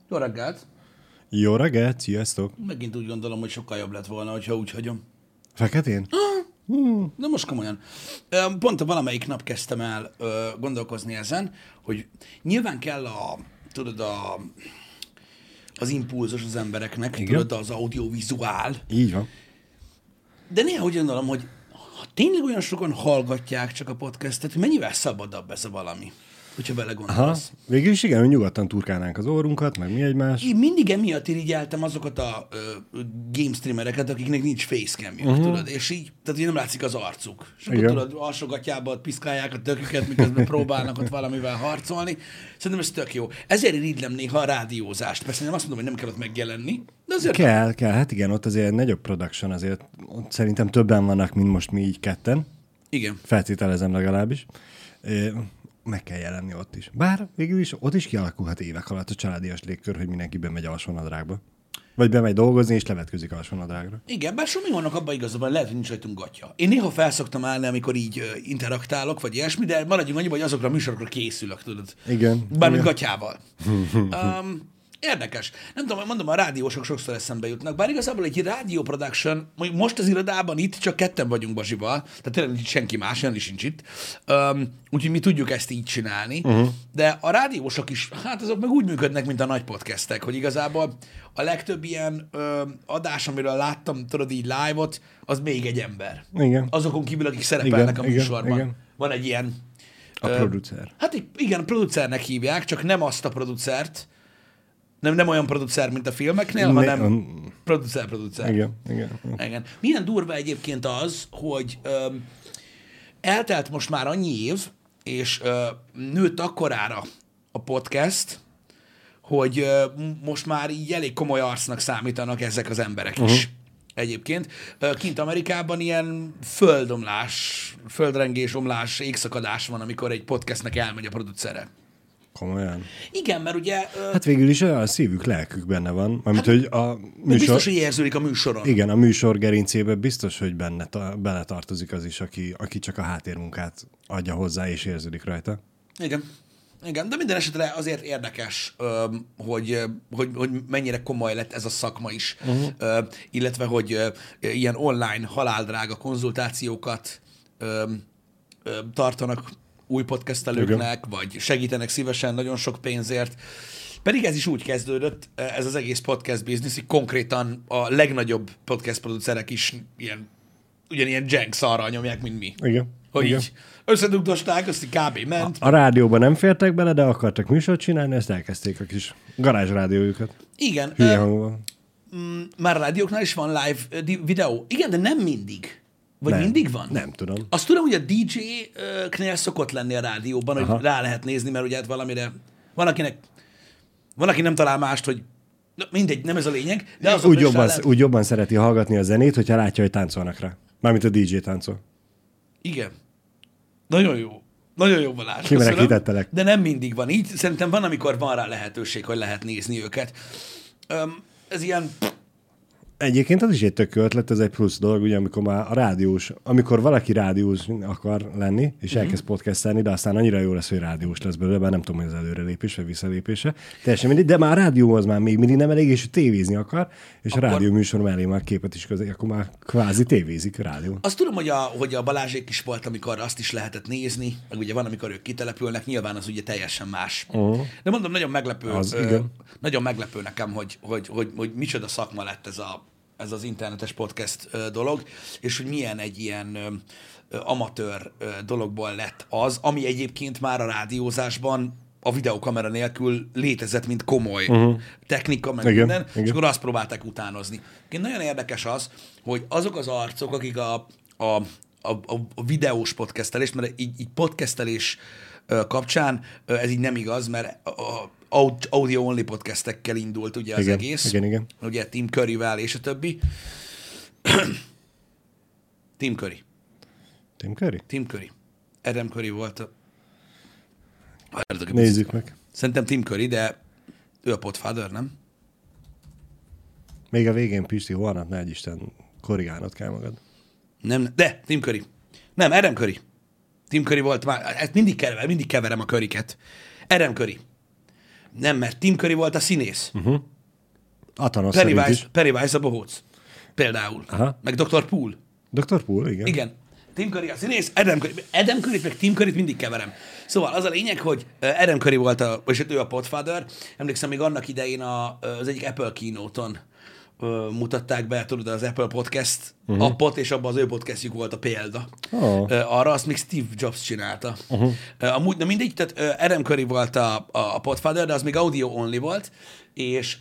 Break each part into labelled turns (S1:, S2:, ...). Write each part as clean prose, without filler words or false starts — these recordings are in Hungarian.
S1: Jó reggelt!
S2: Jó reggelt, sziasztok!
S1: Megint úgy gondolom, hogy sokkal jobb lett volna, hogyha úgy hagyom.
S2: Feketén?
S1: De most komolyan. Pont valamelyik nap kezdtem el gondolkozni ezen, hogy nyilván kell az impulzus az embereknek,
S2: Igen.
S1: tudod, az audiovizuál,
S2: Így van.
S1: de néha úgy gondolom, hogy ha tényleg olyan sokan hallgatják csak a podcastet, mennyivel szabadabb ez a valami, hogyha
S2: Aha,
S1: belegondolsz.
S2: végül is igen, hogy nyugodtan turkálnánk az orrunkat, meg mi egymás.
S1: Én mindig emiatt irigyeltem azokat a game streamereket, akiknek nincs facecamjuk, tudod, és így, tehát így nem látszik az arcuk. És akkor
S2: Igen.
S1: tudod, alsógatjába ott piszkálják a tököket, miközben próbálnak ott valamivel harcolni. Szerintem ez tök jó. Ezért irigylem néha a rádiózást. Persze nem azt mondom, hogy nem kell ott megjelenni, de azért...
S2: Kell, hát igen, ott azért egy nagyobb production, azért ott szerintem többen vannak, mint most mi így ketten.
S1: Igen.
S2: Feltételezem legalábbis. Meg kell jelenni ott is. Bár végül is ott is kialakulhat évek alatt a családias légkör, hogy mindenki bemegy alsónadrágba. Vagy bemegy dolgozni, és levetkőzik alsónadrágra.
S1: Igen, bár mi vannak abban igazabban, lehet, hogy nincs rajtunk gatya. Én néha felszoktam állni, amikor így interaktálok, vagy ilyesmi, de maradjunk annyiban, hogy azokra a műsorokra készülök, tudod.
S2: Igen.
S1: Bármint
S2: Igen.
S1: gatyával. Érdekes. Nem tudom, mondom, a rádiósok sokszor eszembe jutnak. Bár igazából egy rádió production, most az irodában itt csak ketten vagyunk Bazsival, tehát tényleg nincs senki más, Jani sincs itt. Úgyhogy mi tudjuk ezt így csinálni. De a rádiósok is, hát azok meg úgy működnek, mint a nagy podcastek, hogy igazából a legtöbb ilyen adás, amiről láttam, tudod így live-ot, az még egy ember.
S2: Igen.
S1: Azokon kívül, akik szerepelnek a
S2: Igen,
S1: műsorban.
S2: igen.
S1: Van egy ilyen...
S2: A producer.
S1: Hát igen, producernek hívják, csak nem azt a producert, nem olyan producer, mint a filmeknél, hanem producer.
S2: Igen.
S1: Milyen durva egyébként az, hogy eltelt most már annyi év, és nőtt akkorára a podcast, hogy most már így elég komoly arcnak számítanak ezek az emberek is. Egyébként kint Amerikában ilyen földrengés, omlás, égszakadás van, amikor egy podcastnek elmegy a producere.
S2: Komolyan.
S1: Igen, mert ugye...
S2: Hát végül is a szívük, lelkük benne van. Mármint, hogy a műsor...
S1: Biztos, hogy érződik a műsoron.
S2: Igen, a műsor gerincébe biztos, hogy beletartozik az is, aki csak a háttérmunkát adja hozzá, és érződik rajta.
S1: Igen, de minden esetre azért érdekes, hogy mennyire komoly lett ez a szakma is, illetve hogy ilyen online haláldrága konzultációkat tartanak új podcastelőknek, vagy segítenek szívesen nagyon sok pénzért. Pedig ez is úgy kezdődött, ez az egész podcast business, hogy konkrétan a legnagyobb podcast producerek is ugyanilyen jank szarral nyomják, mint mi.
S2: Igen.
S1: Hogy
S2: Igen.
S1: így összedugdosták, azt így kb. ment.
S2: A rádióban nem fértek bele, de akartak műsort csinálni, ezt elkezdték a kis garázsrádiójukat.
S1: Igen.
S2: Hülye hangban.
S1: Már a rádióknál is van live videó. Igen, de nem mindig. Vagy
S2: Nem.
S1: mindig van?
S2: Nem tudom.
S1: Azt tudom, hogy a DJ-knél szokott lenni a rádióban, hogy rá lehet nézni, mert ugye hát valamire... Van, aki nem talál mást, hogy... Na, mindegy, nem ez a lényeg, de az
S2: Úgy jobban szereti hallgatni a zenét, hogyha látja, hogy táncolnak rá. Mármint a DJ táncol.
S1: Igen. Nagyon jó. Nagyon jó Balázs.
S2: Kimerekítettelek.
S1: De nem mindig van így. Szerintem van, amikor van rá lehetőség, hogy lehet nézni őket. Ez ilyen...
S2: Egyébként az is egy tök jó ötlet, ez egy plusz dolog, ugye, amikor valaki rádiós akar lenni, és elkezd podcastelni, de aztán annyira jó lesz, hogy rádiós lesz belőle, bár nem tudom, hogy az előrelépés, vagy visszalépése. Teljesen mindig, de már a rádió az már még mindig nem elég, és tévézni akar, és akkor... a rádió műsor mellé már képet is közé, akkor már kvázi tévézik a rádió.
S1: Azt tudom, hogy a Balázsék is volt, amikor azt is lehetett nézni, meg ugye van, amikor ők kitelepülnek, nyilván az ugye teljesen más. De mondom, nagyon meglepő nekem, hogy micsoda szakma lett ez az internetes podcast dolog, és hogy milyen egy ilyen amatőr dologból lett az, ami egyébként már a rádiózásban a videókamera nélkül létezett, mint komoly technika, meg minden, és akkor azt próbálták utánozni. Nagyon érdekes az, hogy azok az arcok, akik a videós podcastelés, mert így podcastelés kapcsán ez így nem igaz, mert audio-only podcastekkel indult ugye az egész.
S2: Igen.
S1: Ugye Tim Curryvel és a többi. Tim Curry. Tim Curry. Adam Curry volt a...
S2: Nézzük meg.
S1: Szerintem Tim Curry, de ő a Podfather, nem?
S2: Még a végén, Pisti, holnap ne Isten, korrigálnod kell magad.
S1: Nem, de Tim Curry. Nem, Adam Curry. Tim Curry volt már, ezt mindig keverem a Curryket. Adam Curry. Nem, mert Tim Curry volt a színész.
S2: Thanos szerint is.
S1: Pennywise a bohóc. Például.
S2: Aha.
S1: Meg Dr. Poole.
S2: Dr. Poole, igen.
S1: Igen. Tim Curry a színész, Adam Curryt meg Tim Curryt mindig keverem. Szóval az a lényeg, hogy Adam Curry volt, vagy ő a Podfather. Emlékszem, még annak idején az egyik Apple keynote-on mutatták be, tudod, az Apple Podcast appot, és abban az ő podcastjuk volt a példa. Arra azt még Steve Jobs csinálta. Amúgy, na mindegy, tehát Adam Curry volt a Podfather, de az még audio only volt, és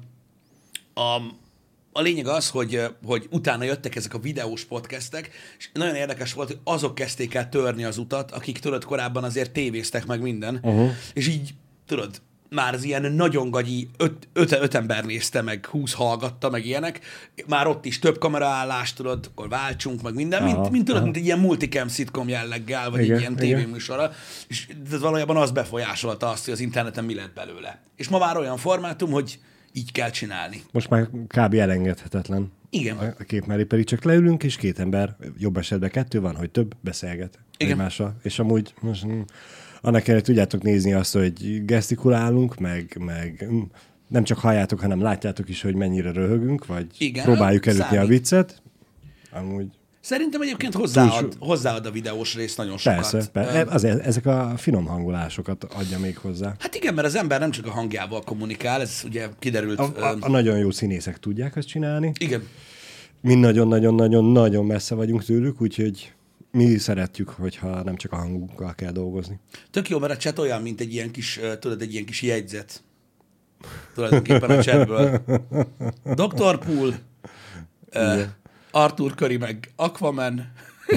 S1: a lényeg az, hogy utána jöttek ezek a videós podcastek, és nagyon érdekes volt, hogy azok kezdték el törni az utat, akik tudod korábban azért tévéztek meg minden, és így tudod, már az ilyen nagyon gagyi 5 ember nézte, meg 20 hallgatta, meg ilyenek, már ott is több kameraállás, tudod, akkor váltsunk, meg minden, mint tudod, mint egy ilyen multicam szitcom jelleggel, vagy egy ilyen tévéműsorra, és ez valójában az befolyásolta azt, hogy az interneten mi lett belőle. És ma már olyan formátum, hogy így kell csinálni.
S2: Most már kb. Elengedhetetlen.
S1: Igen.
S2: A kép mellé pedig csak leülünk, és 2 ember, jobb esetben 2 van, hogy több beszélget egymással. És amúgy most annak kellene tudjátok nézni azt, hogy gesztikulálunk, meg nem csak halljátok, hanem látjátok is, hogy mennyire röhögünk, vagy próbáljuk elütni a viccet. Amúgy...
S1: Szerintem egyébként hozzáad a videós rész nagyon sokat.
S2: Persze. Ezek a finom hangolásokat adja még hozzá.
S1: Hát igen, mert az ember nem csak a hangjával kommunikál, ez ugye kiderült.
S2: A nagyon jó színészek tudják ezt csinálni.
S1: Igen.
S2: Mi nagyon-nagyon-nagyon-nagyon messze vagyunk tőlük, úgyhogy mi szeretjük, hogyha nem csak a hangunkkal kell dolgozni.
S1: Tök jó, mert a chat olyan, mint egy ilyen kis, tudod, egy ilyen kis jegyzet. Tulajdonképpen a chatből. Dr. Poole, Arthur Curry meg Aquaman.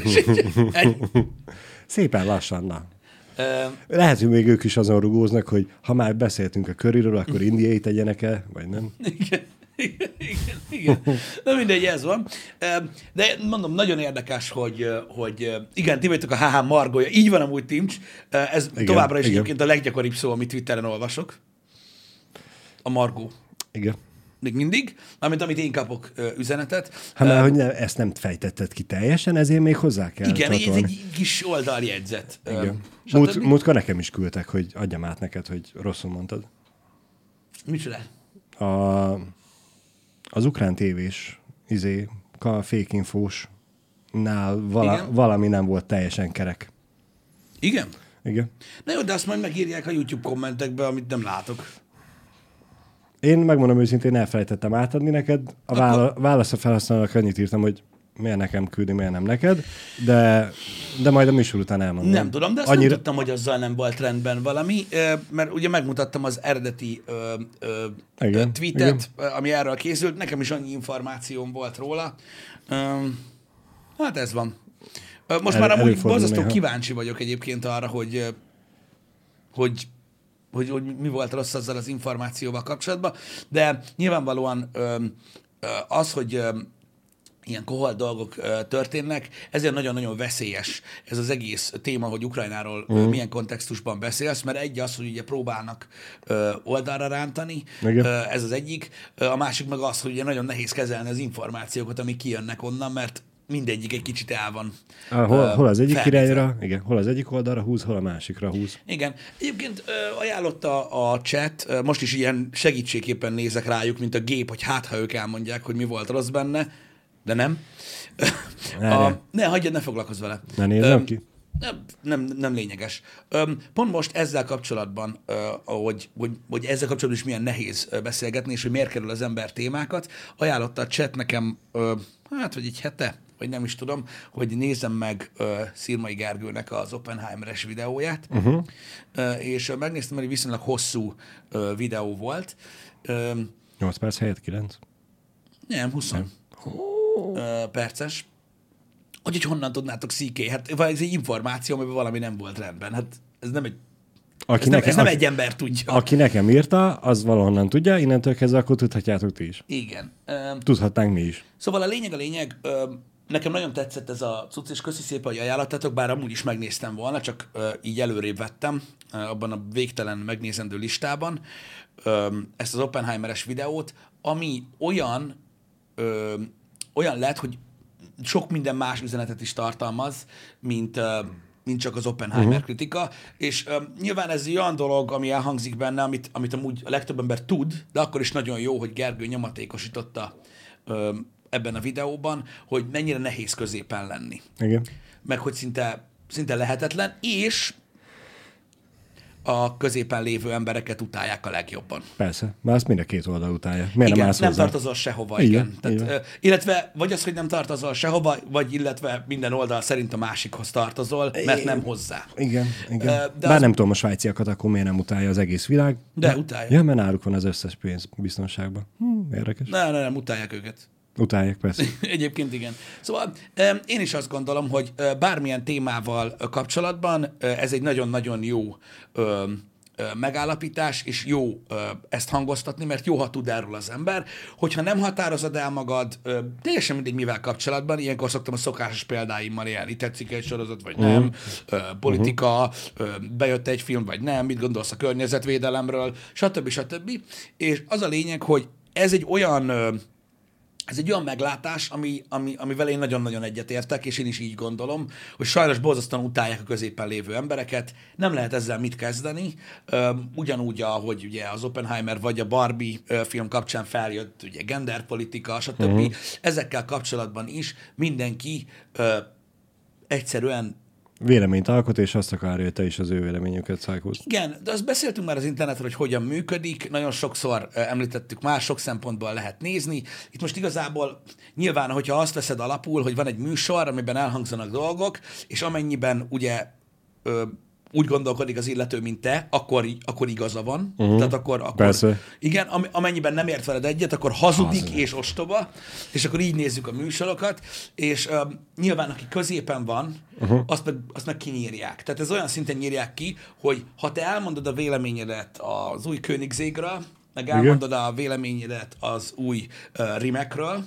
S2: Szépen lassan, na. Lehet, hogy még ők is azon rugóznak, hogy ha már beszéltünk a Curryről, akkor indiai tegyenek el, vagy nem? Igen. Na mindegy, ez van. De mondom, nagyon érdekes, hogy igen, ti vagytok a HH Margója. Így van amúgy, Timcs. Ez igen, továbbra is egyébként a leggyakoribb szó, amit Twitteren olvasok. A Margó. Igen.
S1: Még mindig, amit én kapok üzenetet.
S2: Hát hogy ezt nem fejtetted ki teljesen, ezért még hozzá kell
S1: igen,
S2: csatolni.
S1: Ez egy kis oldaljegyzet.
S2: Igen. Múltkor nekem is küldtek, hogy adjam át neked, hogy rosszul mondtad.
S1: Micsoda?
S2: Az ukrán tévés a fake infósnál valami nem volt teljesen kerek.
S1: Igen?
S2: Igen.
S1: Na jó, de azt majd megírják a YouTube kommentekbe, amit nem látok.
S2: Én megmondom őszintén, elfelejtettem átadni neked. A válasz a felhasználónak annyit írtam, hogy miért nekem küldi, miért nem neked, de majd a műsor után elmondom.
S1: Nem tudom, de azt nem tudtam, hogy azzal nem volt rendben valami, mert ugye megmutattam az eredeti tweetet, ami erről készült, nekem is annyi információm volt róla. Hát ez van. Most már amúgy borzasztó kíváncsi vagyok egyébként arra, hogy mi volt rossz azzal az információval kapcsolatban, de nyilvánvalóan az, hogy ilyen koholt dolgok történnek, ezért nagyon-nagyon veszélyes ez az egész téma, hogy Ukrajnáról milyen kontextusban beszélsz, mert egy az, hogy ugye próbálnak oldalra rántani, ez az egyik, a másik meg az, hogy ugye nagyon nehéz kezelni az információkat, amik kijönnek onnan, mert mindegyik egy kicsit el van.
S2: Hol az egyik irányra, igen, hol az egyik oldalra húz, hol a másikra húz.
S1: Igen. Egyébként ajánlotta a chat, most is ilyen segítségképpen nézek rájuk, mint a gép, hogy hát, ha ők elmondják, hogy mi volt rossz benne, de nem. Ne, hagyjad, ne foglalkozz vele.
S2: Ne nézzem ki.
S1: Nem lényeges. Pont most ezzel kapcsolatban, hogy ezzel kapcsolatban is milyen nehéz beszélgetni, és hogy miért kerül az ember témákat, ajánlotta a chat nekem, hogy egy hete, vagy nem is tudom, hogy nézzem meg Szirmai Gergőnek az Oppenheimer-es videóját, és megnéztem, hogy viszonylag hosszú videó volt.
S2: 8 perc helyett 9?
S1: Nem, 20 perces. Hogy honnan tudnátok CK? Hát ez egy információ, amiben valami nem volt rendben. Hát ez nem egy... Ez nem egy ember tudja.
S2: Aki nekem írta, az valahonnan tudja, innentől kezdve akkor tudhatjátok ti is.
S1: Igen.
S2: Tudhatnánk mi is.
S1: Szóval a lényeg, nekem nagyon tetszett ez a cucc, és köszi szépen, hogy ajánlottatok, bár amúgy is megnéztem volna, csak így előrébb vettem abban a végtelen megnézendő listában ezt az Oppenheimer-es videót, ami olyan lett, hogy sok minden más üzenetet is tartalmaz, mint mint csak az Oppenheimer kritika, és nyilván ez egy olyan dolog, ami elhangzik benne, amit amúgy a legtöbb ember tud, de akkor is nagyon jó, hogy Gergő nyomatékosította ebben a videóban, hogy mennyire nehéz középen lenni.
S2: Igen.
S1: Meg hogy szinte lehetetlen, és a középen lévő embereket utálják a legjobban.
S2: Persze, már azt mind a két oldal utálja. Miért
S1: Igen,
S2: nem
S1: tartozol sehova, igen. Tehát, illetve vagy az, hogy nem tartozol sehova, vagy illetve minden oldal szerint a másikhoz tartozol, mert nem hozzá.
S2: Igen.
S1: De
S2: bár nem tudom a svájciakat, akkor miért nem utálja az egész világ.
S1: De utálja.
S2: Ja, mert náluk van az összes pénz biztonságban. Érdekes.
S1: Nem, utálják őket.
S2: Utálják, persze.
S1: Egyébként igen. Szóval én is azt gondolom, hogy bármilyen témával kapcsolatban ez egy nagyon-nagyon jó megállapítás, és jó ezt hangoztatni, mert jó, ha tud erről az ember. Hogyha nem határozod el magad, teljesen mindegy mivel kapcsolatban, ilyenkor szoktam a szokásos példáimmal élni. Tetszik egy sorozat, vagy nem, politika, bejött egy film, vagy nem, mit gondolsz a környezetvédelemről, stb. És az a lényeg, hogy ez egy olyan meglátás, amivel én nagyon-nagyon egyetértek, és én is így gondolom, hogy sajnos borzasztóan utálják a középen lévő embereket, nem lehet ezzel mit kezdeni, ugyanúgy, ahogy ugye az Oppenheimer vagy a Barbie film kapcsán feljött ugye genderpolitika, stb. Ezekkel kapcsolatban is mindenki egyszerűen
S2: véleményt alkot, és azt akarja, hogy te is az ő véleményüket szállhúzd.
S1: Igen, de azt beszéltünk már az internetről, hogy hogyan működik, nagyon sokszor említettük már, sok szempontból lehet nézni. Itt most igazából nyilván, hogyha azt veszed alapul, hogy van egy műsor, amiben elhangzanak dolgok, és amennyiben ugye úgy gondolkodik az illető, mint te, akkor igaza van. Tehát akkor igen, amennyiben nem ért veled egyet, akkor hazudik és ostoba, és akkor így nézzük a műsorokat, és nyilván, aki középen van, azt meg kinyírják. Tehát ez olyan szinten nyírják ki, hogy ha te elmondod a véleményedet az új Koenigseggről, meg elmondod a véleményedet az új Rimekről,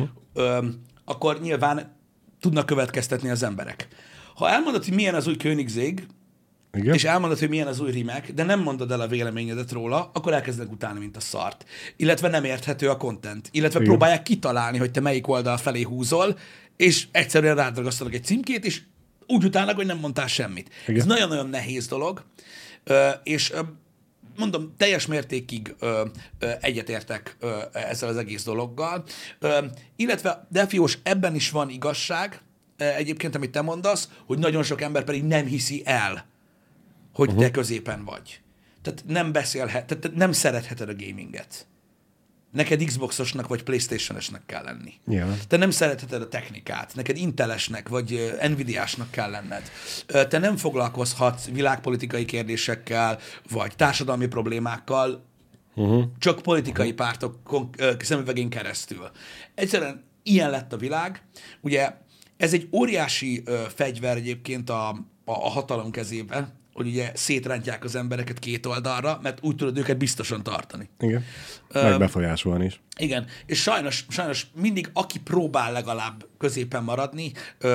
S1: akkor nyilván tudnak következtetni az emberek. Ha elmondod, hogy milyen az új Koenigsegg, igen. És elmondod, hogy milyen az új Rimek, de nem mondod el a véleményedet róla, akkor elkezdenek utálni, mint a szart. Illetve nem érthető a content. Illetve igen. Próbálják kitalálni, hogy te melyik oldal felé húzol, és egyszerűen rádragasztanak egy címkét, és úgy utálnak, hogy nem mondtál semmit. Igen. Ez nagyon-nagyon nehéz dolog, és mondom, teljes mértékig egyetértek ezzel az egész dologgal. Illetve, de fiós, ebben is van igazság, egyébként, amit te mondasz, hogy nagyon sok ember pedig nem hiszi el, hogy te középen vagy. Tehát nem tehát nem szeretheted a gaminget. Neked Xboxosnak vagy PlayStation-esnek kell lenni. Yeah. Te nem szeretheted a technikát. Neked Intelesnek vagy Nvidia-snak kell lenned. Te nem foglalkozhatsz világpolitikai kérdésekkel, vagy társadalmi problémákkal, csak politikai pártok szemüvegén keresztül. Egyszerűen ilyen lett a világ. Ugye ez egy óriási fegyver egyébként a hatalom kezében, hogy ugye szétrántják az embereket két oldalra, mert úgy tudod őket biztosan tartani.
S2: Igen. Meg befolyásolni is.
S1: Igen. És sajnos mindig, aki próbál legalább középen maradni,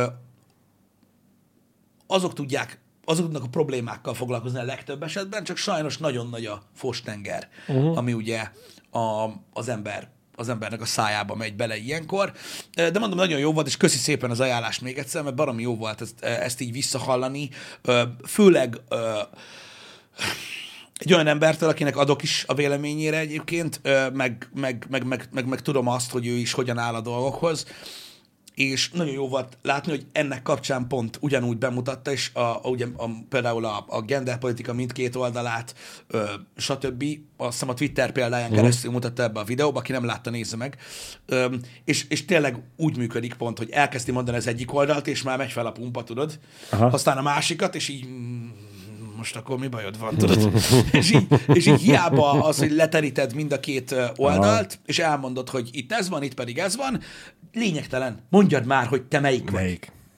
S1: azok tudnak a problémákkal foglalkozni a legtöbb esetben, csak sajnos nagyon nagy a fostenger, ami ugye az embernek a szájába megy bele ilyenkor. De mondom, nagyon jó volt, és köszi szépen az ajánlást még egyszer, mert baromi jó volt ezt így visszahallani. Főleg egy olyan embertől, akinek adok is a véleményére egyébként, meg tudom azt, hogy ő is hogyan áll a dolgokhoz. És nagyon jó volt látni, hogy ennek kapcsán pont ugyanúgy bemutatta, és például a genderpolitika mindkét oldalát, stb. Azt hiszem a Twitter példáján keresztül mutatta ebbe a videóba, aki nem látta, nézze meg. És tényleg úgy működik pont, hogy elkezdi mondani az egyik oldalt, és már megy fel a pumpa, tudod? Aha. Aztán a másikat, és így most akkor mi bajod van, tudod? és így hiába az, hogy leteríted mind a két oldalt, és elmondod, hogy itt ez van, itt pedig ez van, lényegtelen. Mondjad már, hogy te melyik vagy.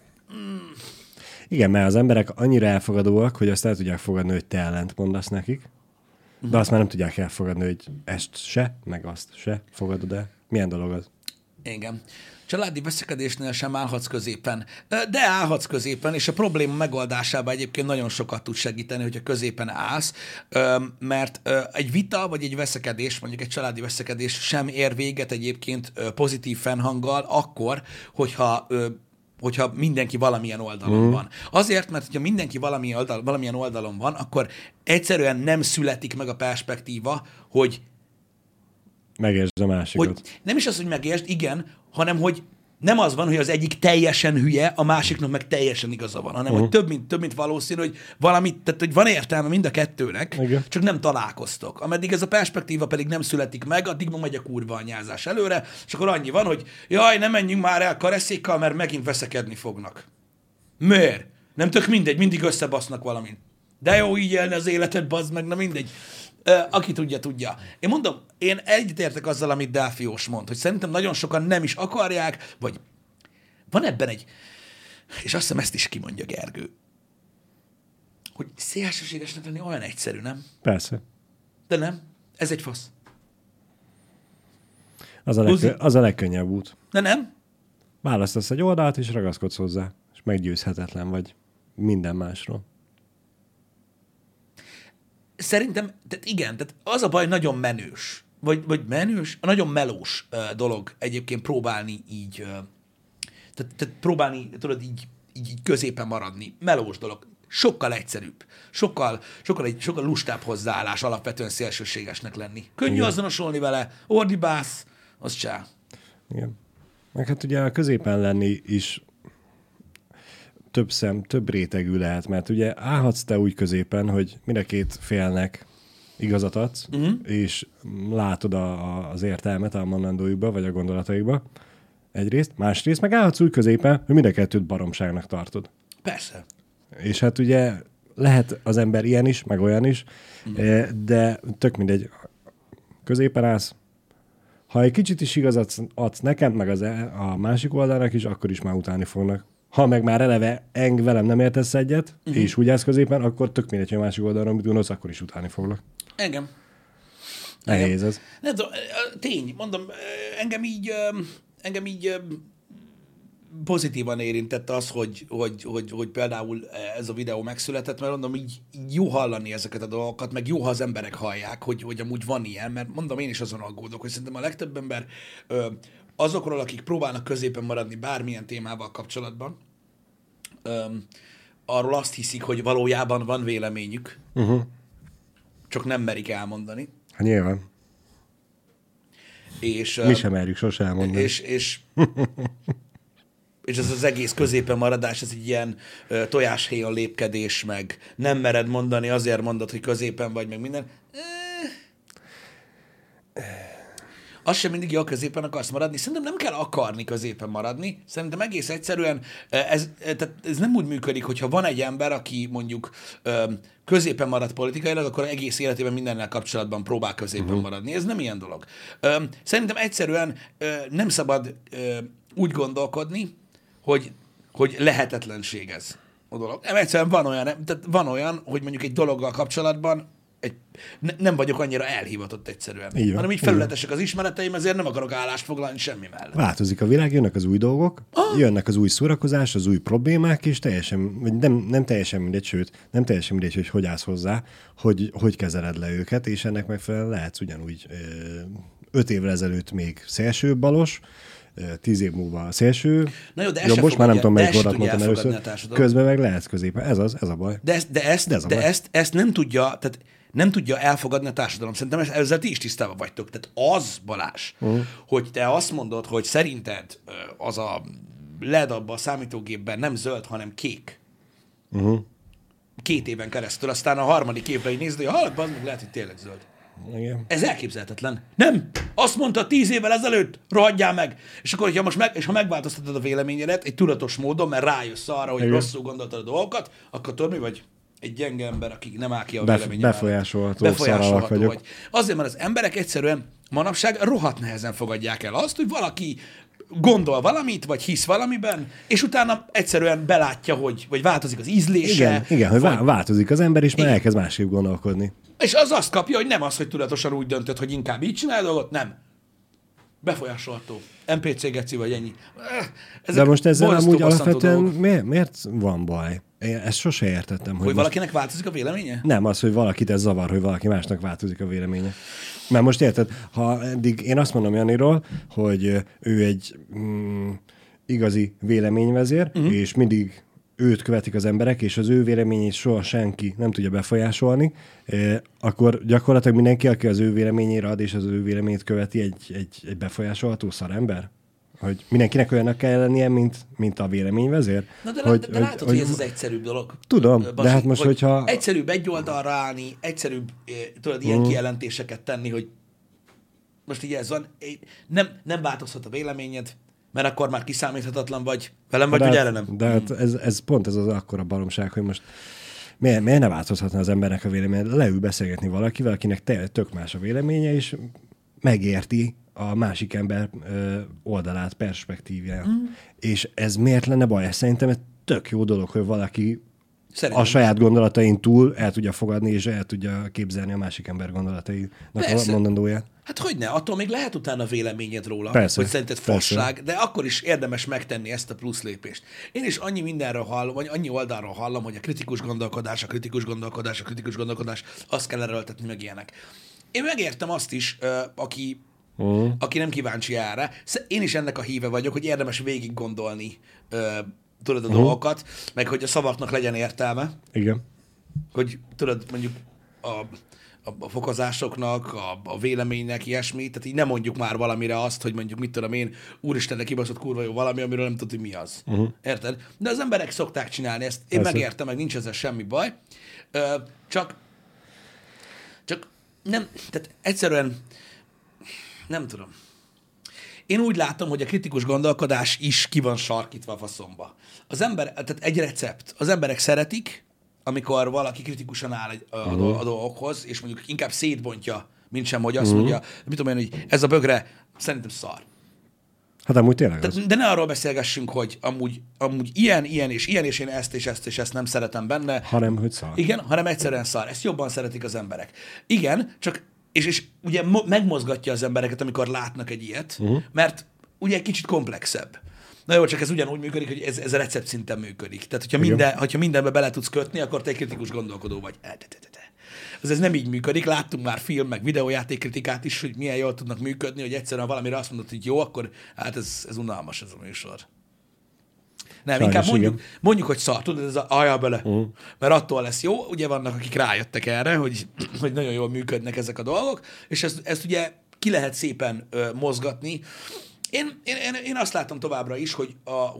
S2: Igen, mert az emberek annyira elfogadóak, hogy azt el tudják fogadni, hogy te ellent mondasz nekik, de azt már nem tudják elfogadni, hogy ezt se, meg azt se fogadod el. Milyen dolog az?
S1: Igen. Családi veszekedésnél sem állhatsz középen, de állhatsz középen, és a probléma megoldásában egyébként nagyon sokat tud segíteni, hogyha középen állsz, mert egy vita vagy egy veszekedés, mondjuk egy családi veszekedés sem ér véget egyébként pozitív fennhanggal akkor, hogyha hogyha mindenki valamilyen oldalon van. Azért, mert hogyha mindenki valamilyen oldalon van, akkor egyszerűen nem születik meg a perspektíva, hogy
S2: megértsd a másikat.
S1: Hogy nem is az, hogy megértsd, igen, hanem hogy nem az van, hogy az egyik teljesen hülye, a másiknak meg teljesen igaza van, hanem hogy több mint valószínű, hogy valamit, tehát hogy van értelme mind a kettőnek,
S2: igen.
S1: Csak nem találkoztok. Ameddig ez a perspektíva pedig nem születik meg, addig ma megy a kurva anyázás előre, és akkor annyi van, hogy jaj, ne menjünk már el kareszékkal, mert megint veszekedni fognak. Miért? Nem tök mindegy, mindig összebasznak valamint. De jó így élni az életed, bazd meg, na mindegy. Aki tudja, tudja. Én mondom, én egyetértek azzal, amit Delfiós mond, hogy szerintem nagyon sokan nem is akarják, vagy van ebben egy, és azt hiszem ezt is kimondja Gergő, hogy szélsőségesnek lenni olyan egyszerű, nem?
S2: Persze.
S1: De nem. Ez egy fasz.
S2: Az a legkönnyebb út.
S1: De nem?
S2: Választasz egy oldalt, és ragaszkodsz hozzá, és meggyőzhetetlen vagy minden másról.
S1: Szerintem, tehát igen, tehát az a baj, nagyon menős, vagy menős, nagyon melós dolog egyébként próbálni így, tehát próbálni, tudod, így középen maradni. Melós dolog. Sokkal egyszerűbb. Sokkal lustább hozzáállás alapvetően szélsőségesnek lenni. Könnyű igen. Azonosulni vele, ordibász, az csá.
S2: Igen. Meg hát ugye a középen lenni is több rétegű lehet, mert ugye állhatsz te úgy középen, hogy mind a két félnek igazat adsz, és látod az értelmet a mondandójukba, vagy a gondolataikba egyrészt, másrészt meg állhatsz úgy középen, hogy mind a kettőt baromságnak tartod.
S1: Persze.
S2: És hát ugye lehet az ember ilyen is, meg olyan is, de tök mindegy, középen állsz. Ha egy kicsit is igazat adsz nekem, meg a másik oldalnak is, akkor is már utálni fognak. Ha meg már eleve velem nem értesz egyet, és úgy állsz középen, akkor tök mindegy, hogy a másik oldalon mit gondolsz, akkor is utálni foglak.
S1: Engem.
S2: Nehéz ez.
S1: Nem tudom, tény, mondom, engem így pozitívan érintett az, hogy például ez a videó megszületett, mert mondom, így jó hallani ezeket a dolgokat, meg jó, ha az emberek hallják, hogy amúgy van ilyen, mert mondom, én is azon aggódok, hogy szerintem a legtöbb ember azokról, akik próbálnak középen maradni bármilyen témával kapcsolatban, arról azt hiszik, hogy valójában van véleményük, csak nem merik elmondani.
S2: Hát nyilván.
S1: És,
S2: mi sem merjük sose elmondani.
S1: És ez az egész középen maradás, ez egy ilyen tojáshéjon lépkedés, meg nem mered mondani, azért mondod, hogy középen vagy, meg minden. Az sem mindig jó, középen akarsz maradni. Szerintem nem kell akarni középen maradni. Szerintem egész egyszerűen ez nem úgy működik, hogyha van egy ember, aki mondjuk középen marad politikailag, akkor egész életében mindennel kapcsolatban próbál középen maradni. Ez nem ilyen dolog. Szerintem egyszerűen nem szabad úgy gondolkodni, hogy lehetetlenség ez a dolog. Nem, egyszerűen van olyan, hogy mondjuk egy dologgal kapcsolatban nem vagyok annyira elhivatott egyszerűen. Van, hanem így felületesek az ismereteim, ezért nem akarok állást foglalni semmi mellett.
S2: Változik a világ, jönnek az új dolgok, jönnek az új szórakozás, az új problémák, és nem teljesen mindegy, sőt, nem teljesen mindegy, hogy állsz hozzá, hogy kezeled le őket, és ennek megfelelően lehetsz ugyanúgy 5 évvel ezelőtt még szélső balos, 10 év múlva szélső,
S1: na jó, de
S2: jobbos, már nem tudom, melyik orrat mondtam először, közben meg lehetsz középen. Ez a baj.
S1: De ezt nem tudja, tehát nem tudja elfogadni a társadalom. Szerintem ezzel ti is tisztában vagytok. Tehát az, Balázs, hogy te azt mondod, hogy szerinted az a LED abban a számítógépben nem zöld, hanem kék. 2 éven keresztül, aztán a harmadik évre így nézd, hogy az meg lehet, hogy tényleg zöld.
S2: Igen.
S1: Ez elképzelhetetlen. Nem! Azt mondta 10 évvel ezelőtt, rohadjál meg! És akkor, ha megváltoztatod a véleményedet egy tudatos módon, mert rájössz arra, hogy rosszul gondoltad a dolgokat, akkor tudod, mi vagy? Egy gyenge ember, aki nem áll ki a véleménye
S2: befolyásolható vagy.
S1: Azért, mert az emberek egyszerűen manapság rohadt nehezen fogadják el azt, hogy valaki gondol valamit, vagy hisz valamiben, és utána egyszerűen belátja, vagy változik az ízlése.
S2: Igen, hogy változik az ember, és már elkezd másképp gondolkodni.
S1: És az azt kapja, hogy nem az, hogy tudatosan úgy döntött, hogy inkább így csinál a dolgot, nem. Befolyásolható. NPC geci vagy ennyi.
S2: De most ezzel amúgy alapvetően miért van baj? Én ezt sose értettem.
S1: Hogy valakinek változik a véleménye?
S2: Nem, az, hogy valakit ez zavar, hogy valaki másnak változik a véleménye. Mert most érted, ha eddig én azt mondom Janiról, hogy ő egy igazi véleményvezér, és mindig őt követik az emberek, és az ő véleményét soha senki nem tudja befolyásolni, akkor gyakorlatilag mindenki, aki az ő véleményére ad, és az ő véleményét követi, egy befolyásolható szarember? Hogy mindenkinek olyannak kell lennie, mint a véleményvezér?
S1: Na de látod, hogy ez az egyszerűbb dolog.
S2: Tudom, de hát most, hogyha...
S1: Egyszerűbb egy oldalra állni, egyszerűbb, tudod, ilyen kijelentéseket tenni, hogy most így ez van, nem változhat a véleményed, mert akkor már kiszámíthatatlan vagy, velem vagy, vagy nem.
S2: De hát ez pont ez az akkora baromság, hogy most miért ne változhatna az embernek a véleménye? Leül beszélgetni valakivel, akinek tök más a véleménye, és megérti a másik ember oldalát, perspektívját. És ez miért lenne baj? Szerintem ez tök jó dolog, hogy valaki a saját gondolatain túl el tudja fogadni, és el tudja képzelni a másik ember gondolatainak a mondandóját.
S1: Hát hogyne, attól még lehet utána véleményed róla,
S2: persze,
S1: hogy szerinted fasság, de akkor is érdemes megtenni ezt a plusz lépést. Én is annyi mindenről hallom, vagy annyi oldalról hallom, hogy a kritikus gondolkodás, azt kell erőltetni, meg ilyenek. Én megértem azt is, aki nem kíváncsi erre. Én is ennek a híve vagyok, hogy érdemes végig gondolni tudod a dolgokat, meg hogy a szavaknak legyen értelme.
S2: Igen.
S1: Hogy tudod, mondjuk a fokozásoknak, a véleménynek, ilyesmi, tehát így nem mondjuk már valamire azt, hogy mondjuk mit tudom én, úristennek kibaszott kurva jó valami, amiről nem tudod, hogy mi az. Érted? De az emberek szokták csinálni ezt, én megértem, meg nincs ezzel semmi baj, csak nem, tehát egyszerűen nem tudom. Én úgy látom, hogy a kritikus gondolkodás is ki van sarkítva a faszomba. Tehát egy recept. Az emberek szeretik, amikor valaki kritikusan áll a dolgokhoz, és mondjuk inkább szétbontja, mint sem, hogy azt mondja, mit tudom én, hogy ez a bögre szerintem szar.
S2: Hát amúgy tényleg
S1: de ne arról beszélgessünk, hogy amúgy ilyen, és én ezt nem szeretem benne.
S2: Hanem, hogy szar.
S1: Igen, hanem egyszerűen szar. Ezt jobban szeretik az emberek. Igen, csak és ugye megmozgatja az embereket, amikor látnak egy ilyet, mert ugye egy kicsit komplexebb. Na jó, csak ez ugyanúgy működik, hogy ez a recept szinten működik. Tehát, hogyha mindenbe bele tudsz kötni, akkor te egy kritikus gondolkodó vagy. Ez nem így működik. Láttunk már film, meg videójátékkritikát is, hogy milyen jól tudnak működni, hogy egyszerűen valamire azt mondod, hogy jó, akkor hát ez unalmas ez a műsor. Nem, sajnos, inkább mondjuk, hogy szar, tudod, ez ajánl bele, mert attól lesz jó. Ugye vannak, akik rájöttek erre, hogy nagyon jól működnek ezek a dolgok, és ezt ugye ki lehet szépen mozgatni. Én azt látom továbbra is, hogy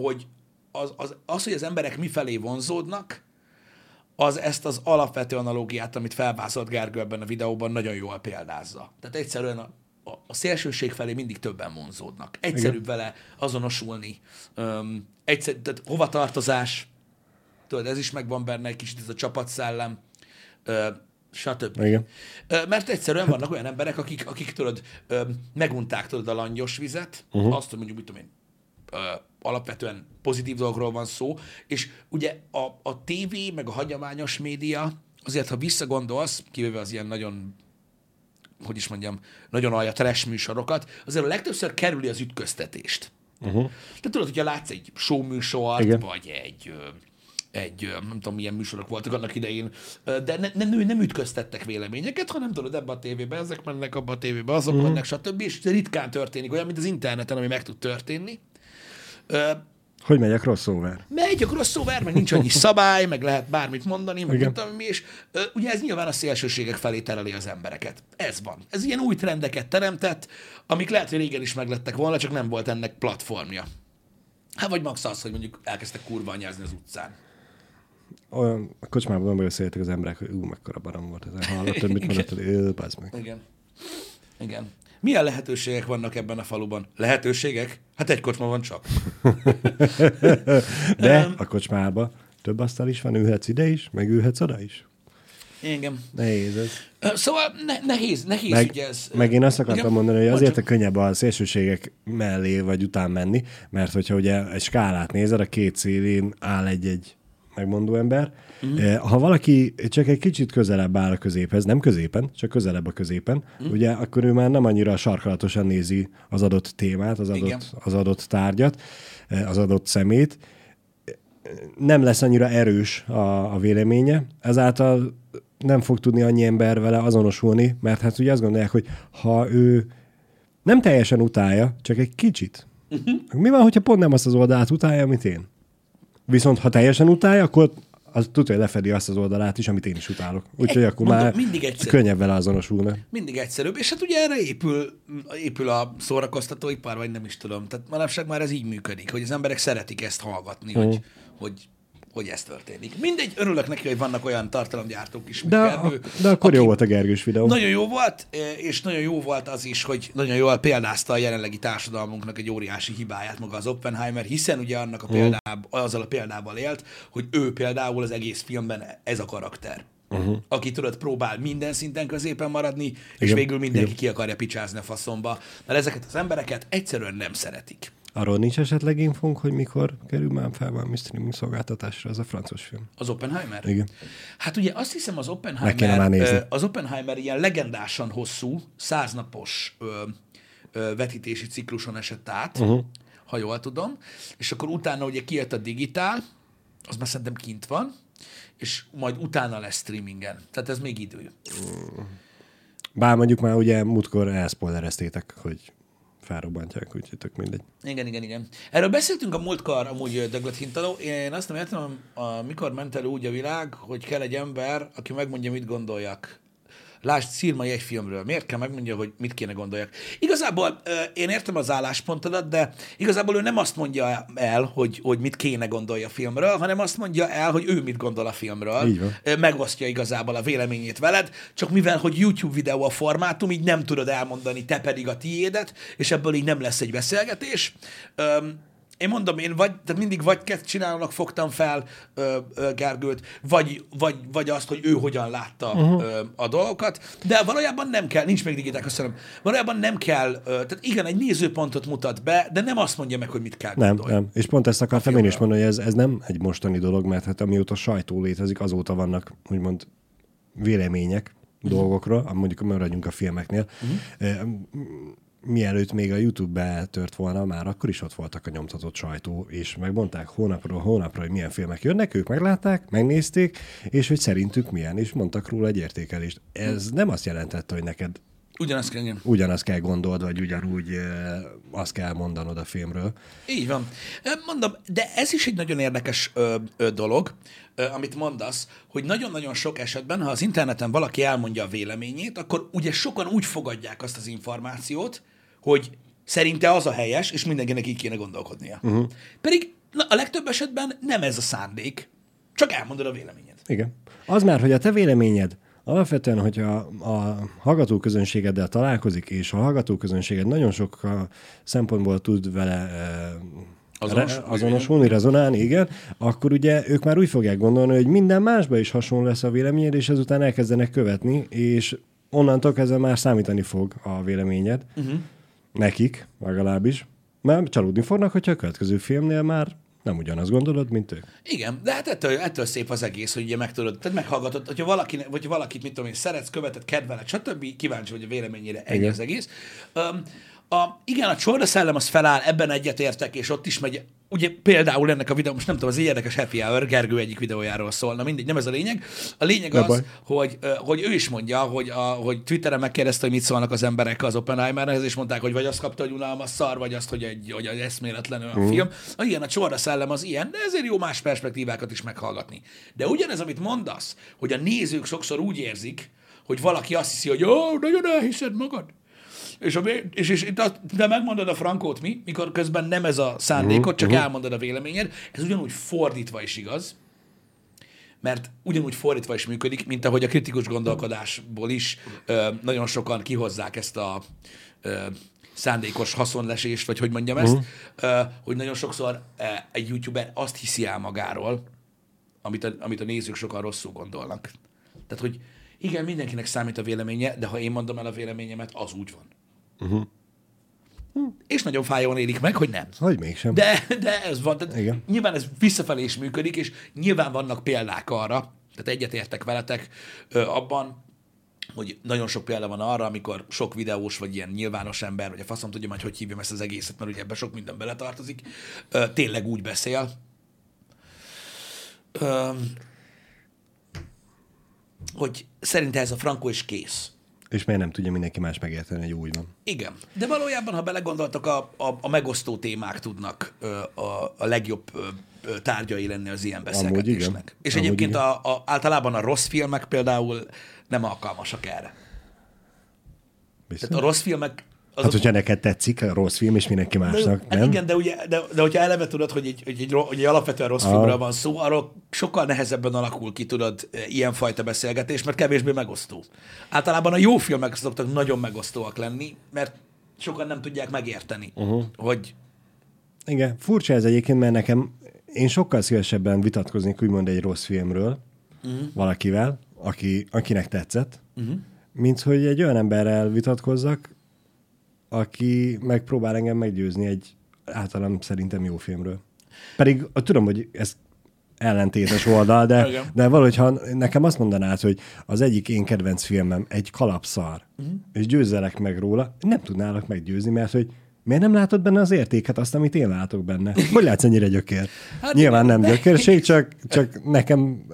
S1: az emberek mifelé vonzódnak, az ezt az alapvető analógiát, amit felvázolt Gergő ebben a videóban, nagyon jól példázza. Tehát egyszerűen a szélsőség felé mindig többen vonzódnak. Egyszerűbb vele azonosulni. Tehát hovatartozás, tudod, ez is megvan benne egy kicsit, ez a csapatszellem, stb.
S2: Igen.
S1: Mert egyszerűen vannak olyan emberek, akik tudod, megunták tudod a langyos vizet, azt, hogy mondjuk, mit tudom én, alapvetően pozitív dolgokról van szó, és ugye a tévé, meg a hagyományos média, azért, ha visszagondolsz, kivéve az ilyen nagyon, hogy is mondjam, nagyon alja trash műsorokat, azért a legtöbbször kerüli az ütköztetést. Tehát tudod, hogyha látsz egy show műsort, igen, vagy egy nem tudom, milyen műsorok voltak annak idején, de nem ütköztettek véleményeket, hanem tudod, ebbe a tévébe ezek mennek, abba a tévébe azok mennek, stb. És ritkán történik olyan, mint az interneten, ami meg tud történni.
S2: Hogy megy a crossover?
S1: Megy a crossover, meg nincs annyi szabály, meg lehet bármit mondani, meg mit tudom, és ugye ez nyilván a szélsőségek felé tereli az embereket. Ez van. Ez ilyen új trendeket teremtett, amik lehet, hogy régen is meglettek volna, csak nem volt ennek platformja. Hát vagy max az, hogy mondjuk elkezdtek kurva anyázni az utcán.
S2: Olyan, a kocsmában beszéltek az emberek, hogy mekkora barom volt ez. Hallottam, mit mondott, bazd meg.
S1: Igen. Milyen lehetőségek vannak ebben a faluban? Lehetőségek? Hát egy kocsma van csak.
S2: De a kocsmában több asztal is van, ülhetsz ide is, meg ülhetsz oda is.
S1: Igen.
S2: Nehéz ez.
S1: Szóval nehéz ugye ez.
S2: Meg én azt akartam mondani, hogy azért a könnyebb a szélsőségek mellé vagy után menni, mert hogyha ugye egy skálát nézed, a két szélén áll egy megmondó ember. Ha valaki csak egy kicsit közelebb áll a középhez, nem középen, csak közelebb a középen, ugye, akkor ő már nem annyira sarkalatosan nézi az adott témát, az adott tárgyat, az adott szemét. Nem lesz annyira erős a véleménye, ezáltal nem fog tudni annyi ember vele azonosulni, mert hát ugye azt gondolják, hogy ha ő nem teljesen utálja, csak egy kicsit, Mi van, hogyha pont nem azt az oldalát utálja, amit én? Viszont ha teljesen utálja, akkor az tudja, hogy lefedi azt az oldalát is, amit én is utálok. Úgyhogy akkor már könnyebb vele azonosulni.
S1: Mindig egyszerűbb. És hát ugye erre épül a szórakoztatóipar, vagy nem is tudom. Tehát manapság már ez így működik, hogy az emberek szeretik ezt hallgatni, hogy ez történik. Mindegy, örülök neki, hogy vannak olyan tartalomgyártók is, mint Gergő.
S2: De akkor jó volt a Gergős videó.
S1: Nagyon jó volt, és nagyon jó volt az is, hogy nagyon jól példázta a jelenlegi társadalmunknak egy óriási hibáját maga az Oppenheimer, hiszen ugye annak azzal a példával élt, hogy ő például az egész filmben ez a karakter. Aki tudod, próbál minden szinten középen maradni, és végül mindenki ki akarja picsázni a faszomba, mert ezeket az embereket egyszerűen nem szeretik.
S2: Arról nincs esetleg infónk, hogy mikor kerül már fel valami streaming szolgáltatásra az a francos film?
S1: Az Oppenheimer?
S2: Igen.
S1: Hát ugye azt hiszem az Oppenheimer ilyen legendásan hosszú, 100 napos vetítési cikluson esett át, ha jól tudom, és akkor utána ugye kijött a digitál, az már szerintem kint van, és majd utána lesz streamingen. Tehát ez még idő.
S2: Bár mondjuk már ugye múltkor elszpoilereztétek, hogy felrobbantják, úgyhogy tök mindegy.
S1: Igen. Erről beszéltünk a múltkor, amúgy Döglött Hintaló. Én azt nem értem, mikor ment elő úgy a világ, hogy kell egy ember, aki megmondja, mit gondoljak. Lásd, Szirmai egy filmről. Miért kell megmondja, hogy mit kéne gondoljak? Igazából én értem az álláspontodat, de igazából ő nem azt mondja el, hogy mit kéne gondolja a filmről, hanem azt mondja el, hogy ő mit gondol a filmről.
S2: Így van.
S1: Megosztja igazából a véleményét veled, csak mivel, hogy YouTube videó a formátum, így nem tudod elmondani, te pedig a tiédet, és ebből így nem lesz egy beszélgetés. Én mondom, tehát mindig vagy csinálónak fogtam fel Gergőt, vagy azt, hogy ő hogyan látta a dolgokat, de valójában nem kell, nincs még digitál, köszönöm, valójában nem kell, tehát igen, egy nézőpontot mutat be, de nem azt mondja meg, hogy mit kell gondolni.
S2: Nem. És pont ezt akartam én is mondani, hogy ez nem egy mostani dolog, mert hát amióta sajtó létezik, azóta vannak, úgymond vélemények dolgokról, mondjuk maradjunk a filmeknél. Mielőtt még a YouTube-be tört volna, már akkor is ott voltak a nyomtatott sajtó, és megmondták hónapról hónapra, hogy milyen filmek jönnek, ők meglátták, megnézték, és hogy szerintük milyen, és mondtak róla egy értékelést. Ez nem azt jelentette, hogy neked ugyanazt kell gondold, vagy ugyanúgy azt kell mondanod a filmről.
S1: Így van. Mondom, de ez is egy nagyon érdekes dolog, amit mondasz, hogy nagyon-nagyon sok esetben, ha az interneten valaki elmondja a véleményét, akkor ugye sokan úgy fogadják azt az információt, hogy szerinte az a helyes, és mindenkinek így kéne gondolkodnia. Pedig a legtöbb esetben nem ez a szándék, csak elmondod a véleményed.
S2: Igen. Az már, hogy a te véleményed alapvetően, hogyha a hallgatóközönségeddel találkozik, és a hallgatóközönséged nagyon sok szempontból tud vele azonosulni, rezonálni, igen, akkor ugye ők már úgy fogják gondolni, hogy minden másban is hasonló lesz a véleményed, és ezután elkezdenek követni, és onnantól kezdve már számítani fog a véleményed. Nekik legalábbis. Mert csalódni fognak, hogyha a következő filmnél már nem ugyanazt gondolod, mint ők.
S1: Igen, de hát ettől szép az egész, hogy ugye megtudod, tehát meghallgatod, hogyha valakit, mit tudom én, szeretsz, követed, kedveled, stb. Kíváncsi vagy a véleményére, ennyi az egész. Igen, a Csorda szellem az feláll, ebben egyetértek, és ott is megy, ugye például ennek a videó, most nem tudom, az egy érdekes happy hour, Gergő egyik videójáról szólna, mindegy, nem ez a lényeg. A lényeg az, hogy ő is mondja, hogy Twitteren megkérdezte, hogy mit szólnak az emberek az Oppenheimerhez, és mondták, hogy vagy azt kapta, hogy unalmas szar, vagy azt, hogy egy eszméletlen olyan film. Igen, a Csorda szellem az ilyen, de ezért jó más perspektívákat is meghallgatni. De ugyanez, amit mondasz, hogy a nézők sokszor úgy érzik, hogy valaki azt hiszi, hogy jó, nagyon elhiszed magad. És de megmondod a frankót mikor közben nem ez a szándékot, csak elmondod a véleményed. Ez ugyanúgy fordítva is igaz, mert ugyanúgy fordítva is működik, mint ahogy a kritikus gondolkodásból is nagyon sokan kihozzák ezt a szándékos haszonlesést, vagy hogy mondjam ezt, hogy nagyon sokszor egy youtuber azt hiszi el magáról, amit a nézők sokan rosszul gondolnak. Tehát, hogy igen, mindenkinek számít a véleménye, de ha én mondom el a véleményemet, az úgy van. És nagyon fájóan élik meg, hogy nem.
S2: Hogy mégsem.
S1: De ez van. Tehát nyilván ez visszafelé is működik, és nyilván vannak példák arra, tehát egyetértek veletek abban, hogy nagyon sok példa van arra, amikor sok videós, vagy ilyen nyilvános ember, vagy a faszom tudja majd, hogy hívjam ezt az egészet, mert ugye ebben sok minden beletartozik, tényleg úgy beszél, hogy szerinte ez a frankó is kész.
S2: És miért nem tudja mindenki más megérteni, hogy úgy van.
S1: Igen. De valójában, ha belegondoltak, a megosztó témák tudnak a legjobb tárgyai lenni az ilyen beszélgetésnek. És
S2: amúgy
S1: egyébként általában a rossz filmek például nem alkalmasak erre.
S2: Biztos?
S1: Tehát a rossz filmek...
S2: Hát, hogyha neked tetszik a rossz film, és mindenki másnak,
S1: nem?
S2: nem?
S1: Igen, de hogyha eleve tudod, hogy egy alapvetően rossz filmről van szó, arról sokkal nehezebben alakul ki, tudod, ilyenfajta beszélgetés, mert kevésbé megosztó. Általában a jó filmek szoktak nagyon megosztóak lenni, mert sokan nem tudják megérteni, hogy...
S2: Igen, furcsa ez egyébként, mert nekem én sokkal szívesebben vitatkoznék úgymond egy rossz filmről valakivel, akinek tetszett, mint hogy egy olyan emberrel vitatkozzak, aki megpróbál engem meggyőzni egy általam szerintem jó filmről. Pedig tudom, hogy ez ellentétes oldal, de valahogy, ha nekem azt mondanád, hogy az egyik én kedvenc filmem egy kalapszar, és győzzelek meg róla, nem tudnálak meggyőzni, mert hogy miért nem látod benne az értéket, azt, amit én látok benne? Hogy látsz ennyire gyökér? Hát nyilván nem gyökérség, csak nekem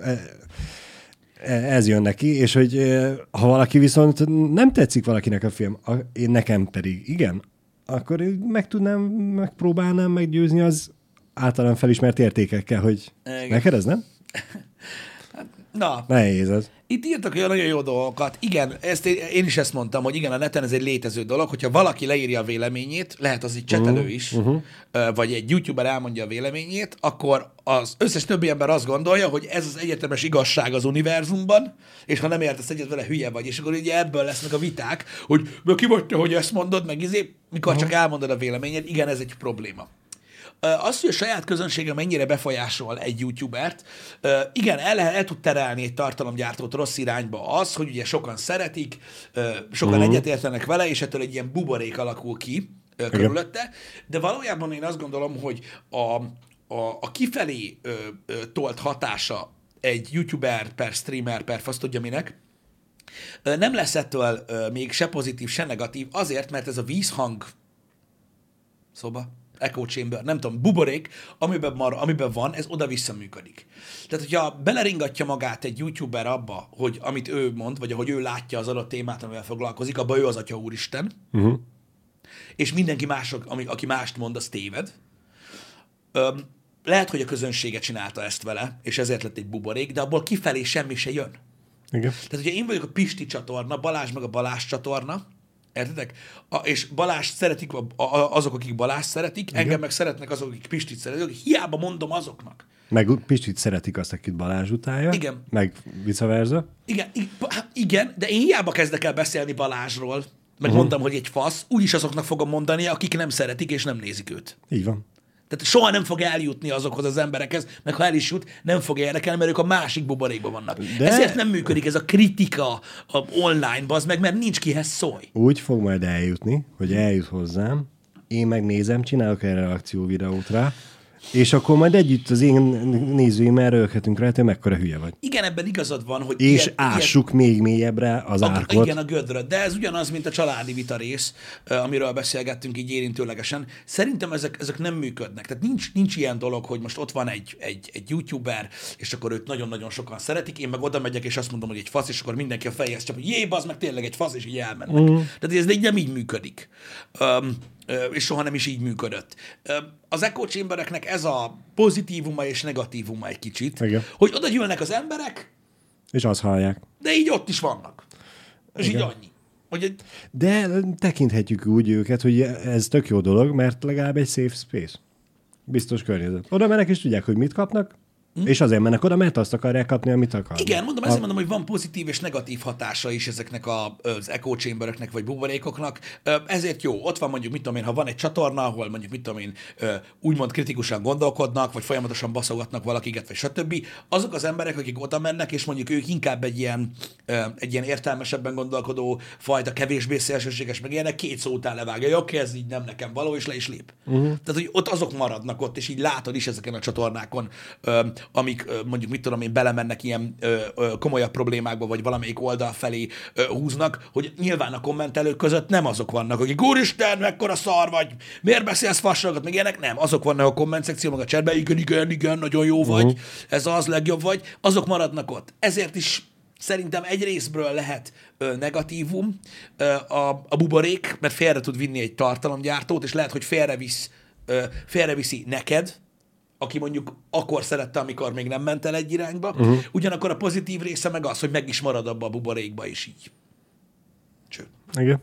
S2: ez jön neki, és hogy ha valaki viszont nem tetszik valakinek a film, nekem pedig igen, akkor megpróbálnám meggyőzni az általán felismert értékekkel, hogy neked ez nem?
S1: Na,
S2: nehéz ez.
S1: Itt írtak olyan nagyon jó dolgokat. Igen, én is ezt mondtam, hogy igen, a neten ez egy létező dolog, hogyha valaki leírja a véleményét, lehet az egy csetelő is, vagy egy youtuber elmondja a véleményét, akkor az összes többi ember azt gondolja, hogy ez az egyetemes igazság az univerzumban, és ha nem értesz egyet vele, hülye vagy. És akkor ugye ebből lesznek a viták, hogy ki vagy te, hogy ezt mondod, meg mikor csak elmondod a véleményed, igen, ez egy probléma. Az, hogy a saját közönsége mennyire befolyásol egy youtubert, igen, el tud terelni egy tartalomgyártót rossz irányba az, hogy ugye sokan szeretik, sokan egyetértenek vele, és ettől egy ilyen buborék alakul ki körülötte, de valójában én azt gondolom, hogy a kifelé tolt hatása egy youtuber per streamer per fasz tudja minek, nem lesz ettől még se pozitív, se negatív, azért, mert ez a vízhang echo chamber, nem tudom, buborék, amiben van, ez oda-vissza működik. Tehát, hogyha beleringatja magát egy youtuber abba, hogy amit ő mond, vagy ahogy ő látja az adott témát, amivel foglalkozik, abba ő az Atya Úristen, és mindenki mások, aki mást mond, az téved. Lehet, hogy a közönsége csinálta ezt vele, és ezért lett egy buborék, de abból kifelé semmi se jön.
S2: Igen.
S1: Tehát, ugye én vagyok a Pisti csatorna, Balázs meg a Balázs csatorna, értedek? És Balást szeretik azok, akik Balást szeretik, igen. Engem meg szeretnek azok, akik Pistit szeretik. Hiába mondom azoknak.
S2: Meg Pistit szeretik azt, akit Balázs utálja.
S1: Igen.
S2: Meg vice versa.
S1: Igen, de én hiába kezdek el beszélni Balázsról, meg mondom, hogy egy fasz, úgyis azoknak fogom mondani, akik nem szeretik és nem nézik őt.
S2: Így van.
S1: Tehát soha nem fog eljutni azokhoz az emberekhez, meg ha el is jut, nem fog érdekelni, mert ők a másik buborékban vannak. De... Ezért nem működik ez a kritika online, bazd meg, mert nincs kihez szólj.
S2: Úgy fog majd eljutni, hogy eljut hozzám, én megnézem, csinálok egy reakció videót rá, és akkor majd együtt az én nézőimmel röhöghetünk rá, te mekkora hülye vagy.
S1: Igen, ebben igazad van, hogy...
S2: És ássuk még mélyebbre az árkot.
S1: Igen, a gödröt. De ez ugyanaz, mint a családi vita rész, amiről beszélgettünk így érintőlegesen. Szerintem ezek nem működnek. Tehát nincs ilyen dolog, hogy most ott van egy youtuber, és akkor őt nagyon-nagyon sokan szeretik, én meg oda megyek, és azt mondom, hogy egy fasz, és akkor mindenki a fejhez csap, hogy jé, bazd meg tényleg egy fasz, és így elmennek. Tehát ez nem így működik. És soha nem is így működött. Az echo chambereknek ez a pozitívuma és negatívuma egy kicsit, igen. Hogy oda gyűlnek az emberek,
S2: és azt hallják.
S1: De így ott is vannak. És igen. Így annyi. Hogy
S2: de tekinthetjük úgy őket, hogy ez tök jó dolog, mert legalább egy safe space. Biztos környezet. Oda mennek és tudják, hogy mit kapnak, és azért mennek oda, mert azt akarják kapni, amit akarnak.
S1: Igen, ezért mondom, hogy van pozitív és negatív hatása is ezeknek az echo chambereknek, vagy buborékoknak. Ezért jó, ott van mondjuk, mit tudom én, ha van egy csatorna, ahol mondjuk, mit tudom én, úgymond kritikusan gondolkodnak, vagy folyamatosan baszogatnak valakiket, vagy stb. Azok az emberek, akik oda mennek, és mondjuk ők inkább egy ilyen értelmesebben gondolkodó fajta, kevésbé szélsőséges, meg ilyenek, két szó után levágja, oké, ez így nem nekem való, és le is lép. Tehát, hogy ott azok maradnak ott, és így látod is ezeken a csatornákon, amik mondjuk, mit tudom én, belemennek ilyen komolyabb problémákba, vagy valamelyik oldal felé húznak, hogy nyilván a kommentelők között nem azok vannak, akik úristen, mekkora szar vagy, miért beszélsz fasságot, meg ilyenek, nem, azok vannak a komment szekció, meg a chatben, igen, nagyon jó vagy, ez az legjobb vagy, azok maradnak ott. Ezért is Szerintem egy részből lehet negatívum a buborék, mert félre tud vinni egy tartalomgyártót, és lehet, hogy félreviszi neked, aki mondjuk akkor szerette, amikor még nem ment el egy irányba. Ugyanakkor a pozitív része meg az, hogy meg is marad abba a buborékba, és így. Cső.
S2: Igen.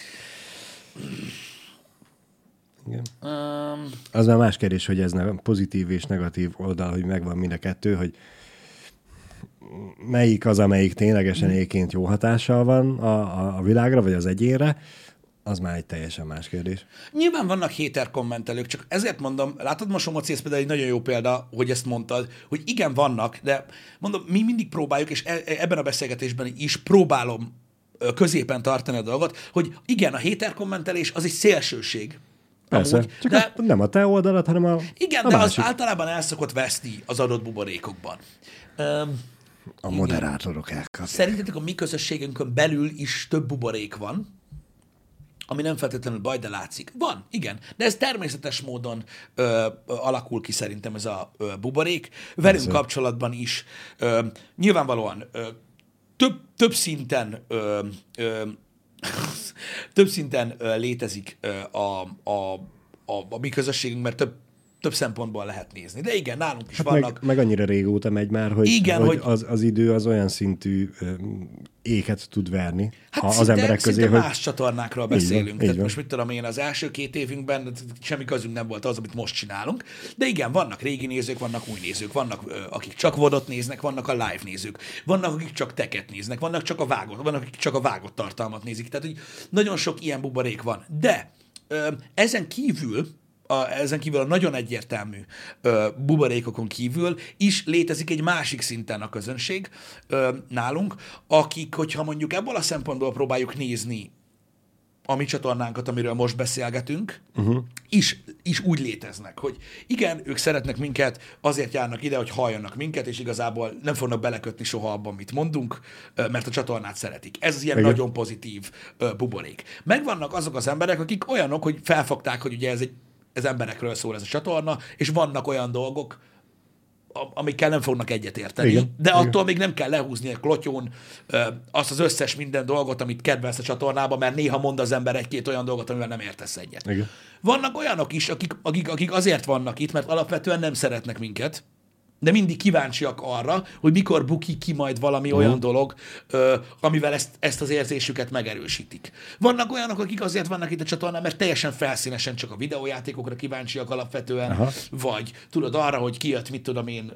S2: Igen. Az már más kérdés, hogy ez pozitív és negatív oldal, hogy megvan mind a kettő, hogy melyik az, amelyik ténylegesen egyébként jó hatással van a világra, vagy az egyénre, az már egy teljesen más kérdés.
S1: Nyilván vannak hater kommentelők, csak ezért mondom, látod, Mosomocész például egy nagyon jó példa, hogy ezt mondtad, hogy igen, vannak, de mondom, mi mindig próbáljuk, és ebben a beszélgetésben is próbálom középen tartani a dolgot, hogy igen, a hater kommentelés az egy szélsőség.
S2: Persze, amúgy, csak de, nem a te oldalat, hanem a
S1: igen,
S2: a
S1: de
S2: másik.
S1: az általában el szokott veszni az adott buborékokban.
S2: A moderátorok elkapják.
S1: Szerintetek a mi közösségünkön belül is több buborék van, ami nem feltétlenül baj, de látszik. Van, igen, de ez természetes módon alakul ki szerintem ez a buborék. Velünk kapcsolatban is nyilvánvalóan több szinten több szinten létezik a mi közösségünk, mert több szempontból lehet nézni. De igen, nálunk is vannak.
S2: Meg annyira régóta megy már, hogy,
S1: igen,
S2: hogy az idő az olyan szintű éket tud verni
S1: hát
S2: az emberek közé, hogy...
S1: más csatornákról beszélünk.
S2: Így
S1: Tehát
S2: van.
S1: most mit tudom én, az első 2 évünkben semmi közünk nem volt az, amit most csinálunk. De igen, vannak régi nézők, vannak új nézők, vannak akik csak vodot néznek, vannak a live nézők, vannak akik csak teket néznek, vannak akik csak a vágott tartalmat nézik. Tehát, hogy nagyon sok ilyen buborék van. De ezen kívül a nagyon egyértelmű buborékokon kívül is létezik egy másik szinten a közönség nálunk, akik, hogyha mondjuk ebből a szempontból próbáljuk nézni a mi csatornánkat, amiről most beszélgetünk, is úgy léteznek, hogy igen, ők szeretnek minket, azért járnak ide, hogy halljanak minket, és igazából nem fognak belekötni soha abban, mit mondunk, mert a csatornát szeretik. Ez az ilyen igen. Nagyon pozitív buborék. Megvannak azok az emberek, akik olyanok, hogy felfogták, hogy ugye ez emberekről szól ez a csatorna, és vannak olyan dolgok, amikkel nem fognak egyetérteni. Igen, de attól még nem kell lehúzni a klotyón azt az összes minden dolgot, amit kedvelsz a csatornában, mert néha mond az ember 1-2 olyan dolgot, amivel nem értesz egyet.
S2: Igen.
S1: Vannak olyanok is, akik azért vannak itt, mert alapvetően nem szeretnek minket, de mindig kíváncsiak arra, hogy mikor bukik ki majd valami olyan dolog, amivel ezt az érzésüket megerősítik. Vannak olyanok, akik azért vannak itt a csatornán, mert teljesen felszínesen csak a videójátékokra kíváncsiak alapvetően, vagy tudod arra, hogy kijött, mit tudom én,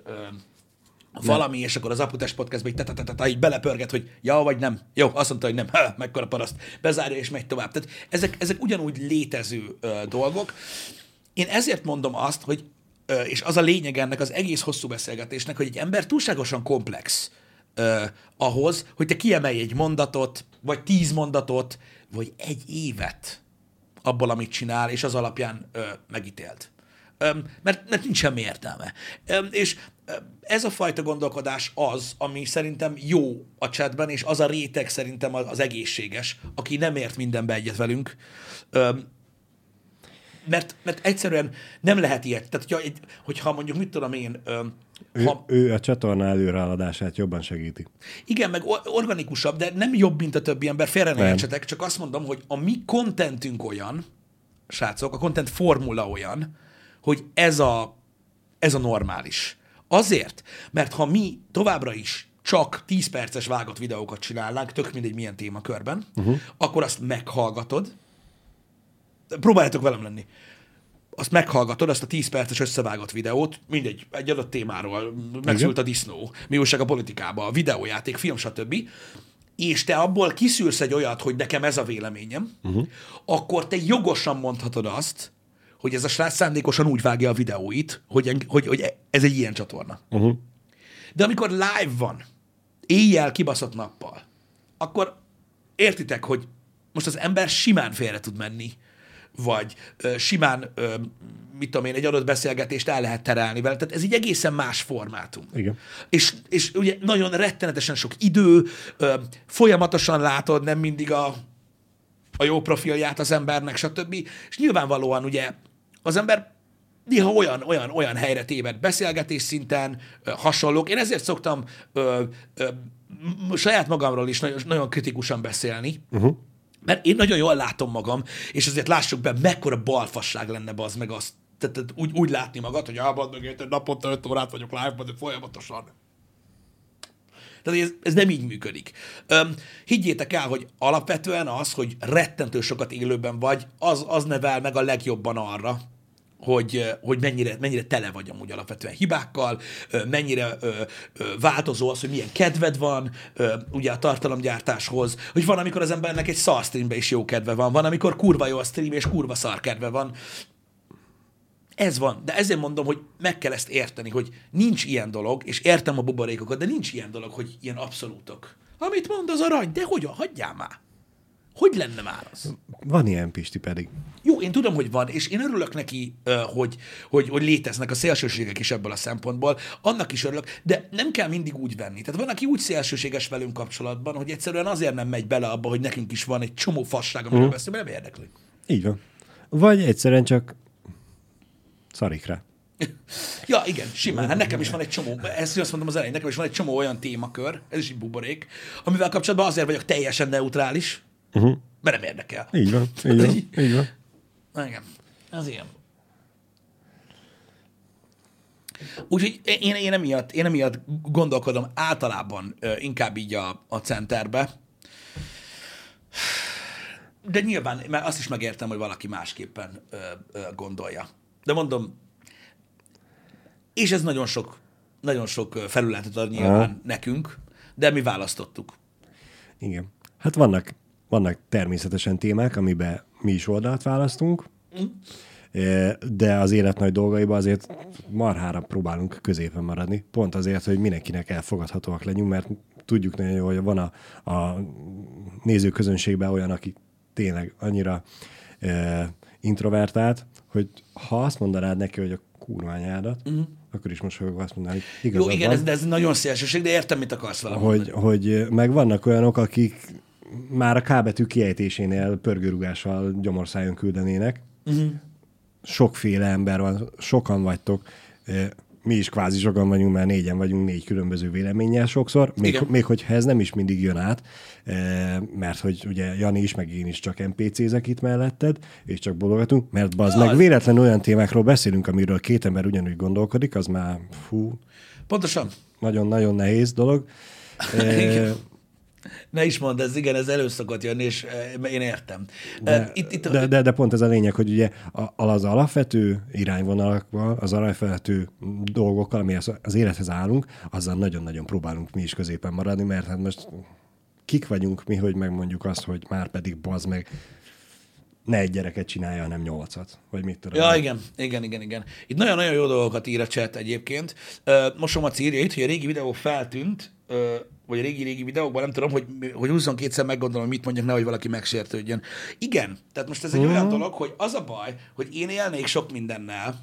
S1: valami, és akkor az Aputás Podcastban így belepörget, hogy ja vagy nem. Jó, azt mondta, hogy nem. Mekkora paraszt. Bezárja és megy tovább. Tehát ezek ugyanúgy létező dolgok. Én ezért mondom azt, hogy és az a lényeg ennek az egész hosszú beszélgetésnek, hogy egy ember túlságosan komplex ahhoz, hogy te kiemelj egy mondatot, vagy 10 mondatot, vagy 1 évet abból, amit csinál, és az alapján megítélt. Mert nincs semmi értelme. És ez a fajta gondolkodás az, ami szerintem jó a chatben, és az a réteg szerintem az egészséges, aki nem ért mindenbe egyet velünk, mert egyszerűen nem lehet ilyet. Tehát, hogyha mondjuk, mit tudom én...
S2: Ő a csatorna előrehaladását jobban segíti.
S1: Igen, meg organikusabb, de nem jobb, mint a többi ember. Félre ne értsetek, csak azt mondom, hogy a mi contentünk olyan, srácok, a content formula olyan, hogy ez a normális. Azért, mert ha mi továbbra is csak 10 perces vágott videókat csinálnánk, tök mindegy milyen témakörben, akkor azt meghallgatod, próbáljátok velem lenni. Azt meghallgatod, azt a 10 perces összevágott videót, mindegy, egy adott témáról, megszült a disznó, mi újság a politikában, a videójáték, film, stb., és te abból kiszűrsz egy olyat, hogy nekem ez a véleményem, akkor te jogosan mondhatod azt, hogy ez a srác szándékosan úgy vágja a videóit, hogy ez egy ilyen csatorna. De amikor live van, éjjel kibaszott nappal, akkor értitek, hogy most az ember simán félre tud menni, vagy simán, mit tudom én, egy adott beszélgetést el lehet terelni vele. Tehát ez egy egészen más formátum.
S2: Igen.
S1: És ugye nagyon rettenetesen sok idő, folyamatosan látod, nem mindig a jó profilját az embernek, stb. És nyilvánvalóan ugye az ember néha olyan helyre téved beszélgetés szinten, hasonlók. Én ezért szoktam saját magamról is nagyon kritikusan beszélni, mert én nagyon jól látom magam, és azért lássuk be, mekkora balfasság lenne az meg azt, tehát úgy látni magad, hogy meg érted, naponta 5 órát vagyok live-ban, de folyamatosan. Tehát ez nem így működik. Higgyétek el, hogy alapvetően az, hogy rettentő sokat élőben vagy, az nevel meg a legjobban arra, hogy mennyire tele vagy amúgy alapvetően hibákkal, mennyire változó az, hogy milyen kedved van ugye a tartalomgyártáshoz, hogy van, amikor az embernek egy szar streambe is jó kedve van, amikor kurva jó a stream és kurva szar kedve van. Ez van, de ezért mondom, hogy meg kell ezt érteni, hogy nincs ilyen dolog, és értem a buborékokat, de nincs ilyen dolog, hogy ilyen abszolútok. Amit mond az arany, de hogyan? Hagyjál már! Hogy lenne már az?
S2: Van ilyen, Pisti, pedig.
S1: Jó, én tudom, hogy van, és én örülök neki, hogy léteznek a szélsőségek is ebből a szempontból. Annak is örülök, de nem kell mindig úgy venni. Tehát van, aki úgy szélsőséges velünk kapcsolatban, hogy egyszerűen azért nem megy bele abba, hogy nekünk is van egy csomó fasság, amiről beszélünk, mert nem érdekli.
S2: Így van. Vagy egyszerűen csak szarik rá.
S1: Ja, igen, simán. Hát nekem is van egy csomó, ezt azt mondom az elején, nekem is van egy csomó olyan témakör, ez is egy buborék, amivel kapcsolatban azért vagyok teljesen neutrális, mert nem érdekel.
S2: Így van, így van.
S1: Igen, ez ilyen. Úgyhogy én emiatt gondolkodom általában inkább így a centerbe, de nyilván, mert azt is megértem, hogy valaki másképpen gondolja. De mondom, és ez nagyon sok felületet ad nyilván nekünk, de mi választottuk.
S2: Igen. Hát vannak természetesen témák, amiben mi is oldalt választunk, de az élet nagy dolgaiban azért marhára próbálunk középen maradni. Pont azért, hogy mindenkinek elfogadhatóak legyünk, mert tudjuk nagyon jól, hogy van a nézőközönségben olyan, aki tényleg annyira introvertált, hogy ha azt mondanád neki, hogy a kurványádat, akkor is most fogok azt mondani, hogy igazad.
S1: Jó, igen, ez nagyon szélsőség, de értem, mit akarsz vele mondani.
S2: Hogy meg vannak olyanok, akik már a K betű kiejtésénél pörgőrugással gyomorszájon küldenének. Sokféle ember van, sokan vagytok, mi is kvázi sokan vagyunk, mert 4-en vagyunk 4 különböző véleménnyel sokszor, még hogyha ez nem is mindig jön át, mert hogy ugye Jani is, meg én is csak NPC-zek itt melletted, és csak bologatunk, mert bazd meg véletlen olyan témákról beszélünk, amiről 2 ember ugyanúgy gondolkodik, az már
S1: Pontosan.
S2: Nagyon-nagyon nehéz dolog.
S1: Ne is mondd, ez elő szokott jönni, és én értem.
S2: De pont ez a lényeg, hogy ugye az alapvető irányvonalakkal, az alapvető dolgokkal, ami az élethez állunk, azzal nagyon-nagyon próbálunk mi is középen maradni, mert hát most kik vagyunk mi, hogy megmondjuk azt, hogy már pedig bazd meg, ne egy gyereket csinálja, hanem 8-at, vagy mit tudom.
S1: Ja, igen. Itt nagyon-nagyon jó dolgokat ír a chat egyébként. Mosomac írja itt, hogy a régi videó feltűnt, vagy a régi videókban, nem tudom, hogy 22-szer meggondolom, mit mondjak, nehogy valaki megsértődjön. Igen, tehát most ez egy olyan dolog, hogy az a baj, hogy én élnék sok mindennel,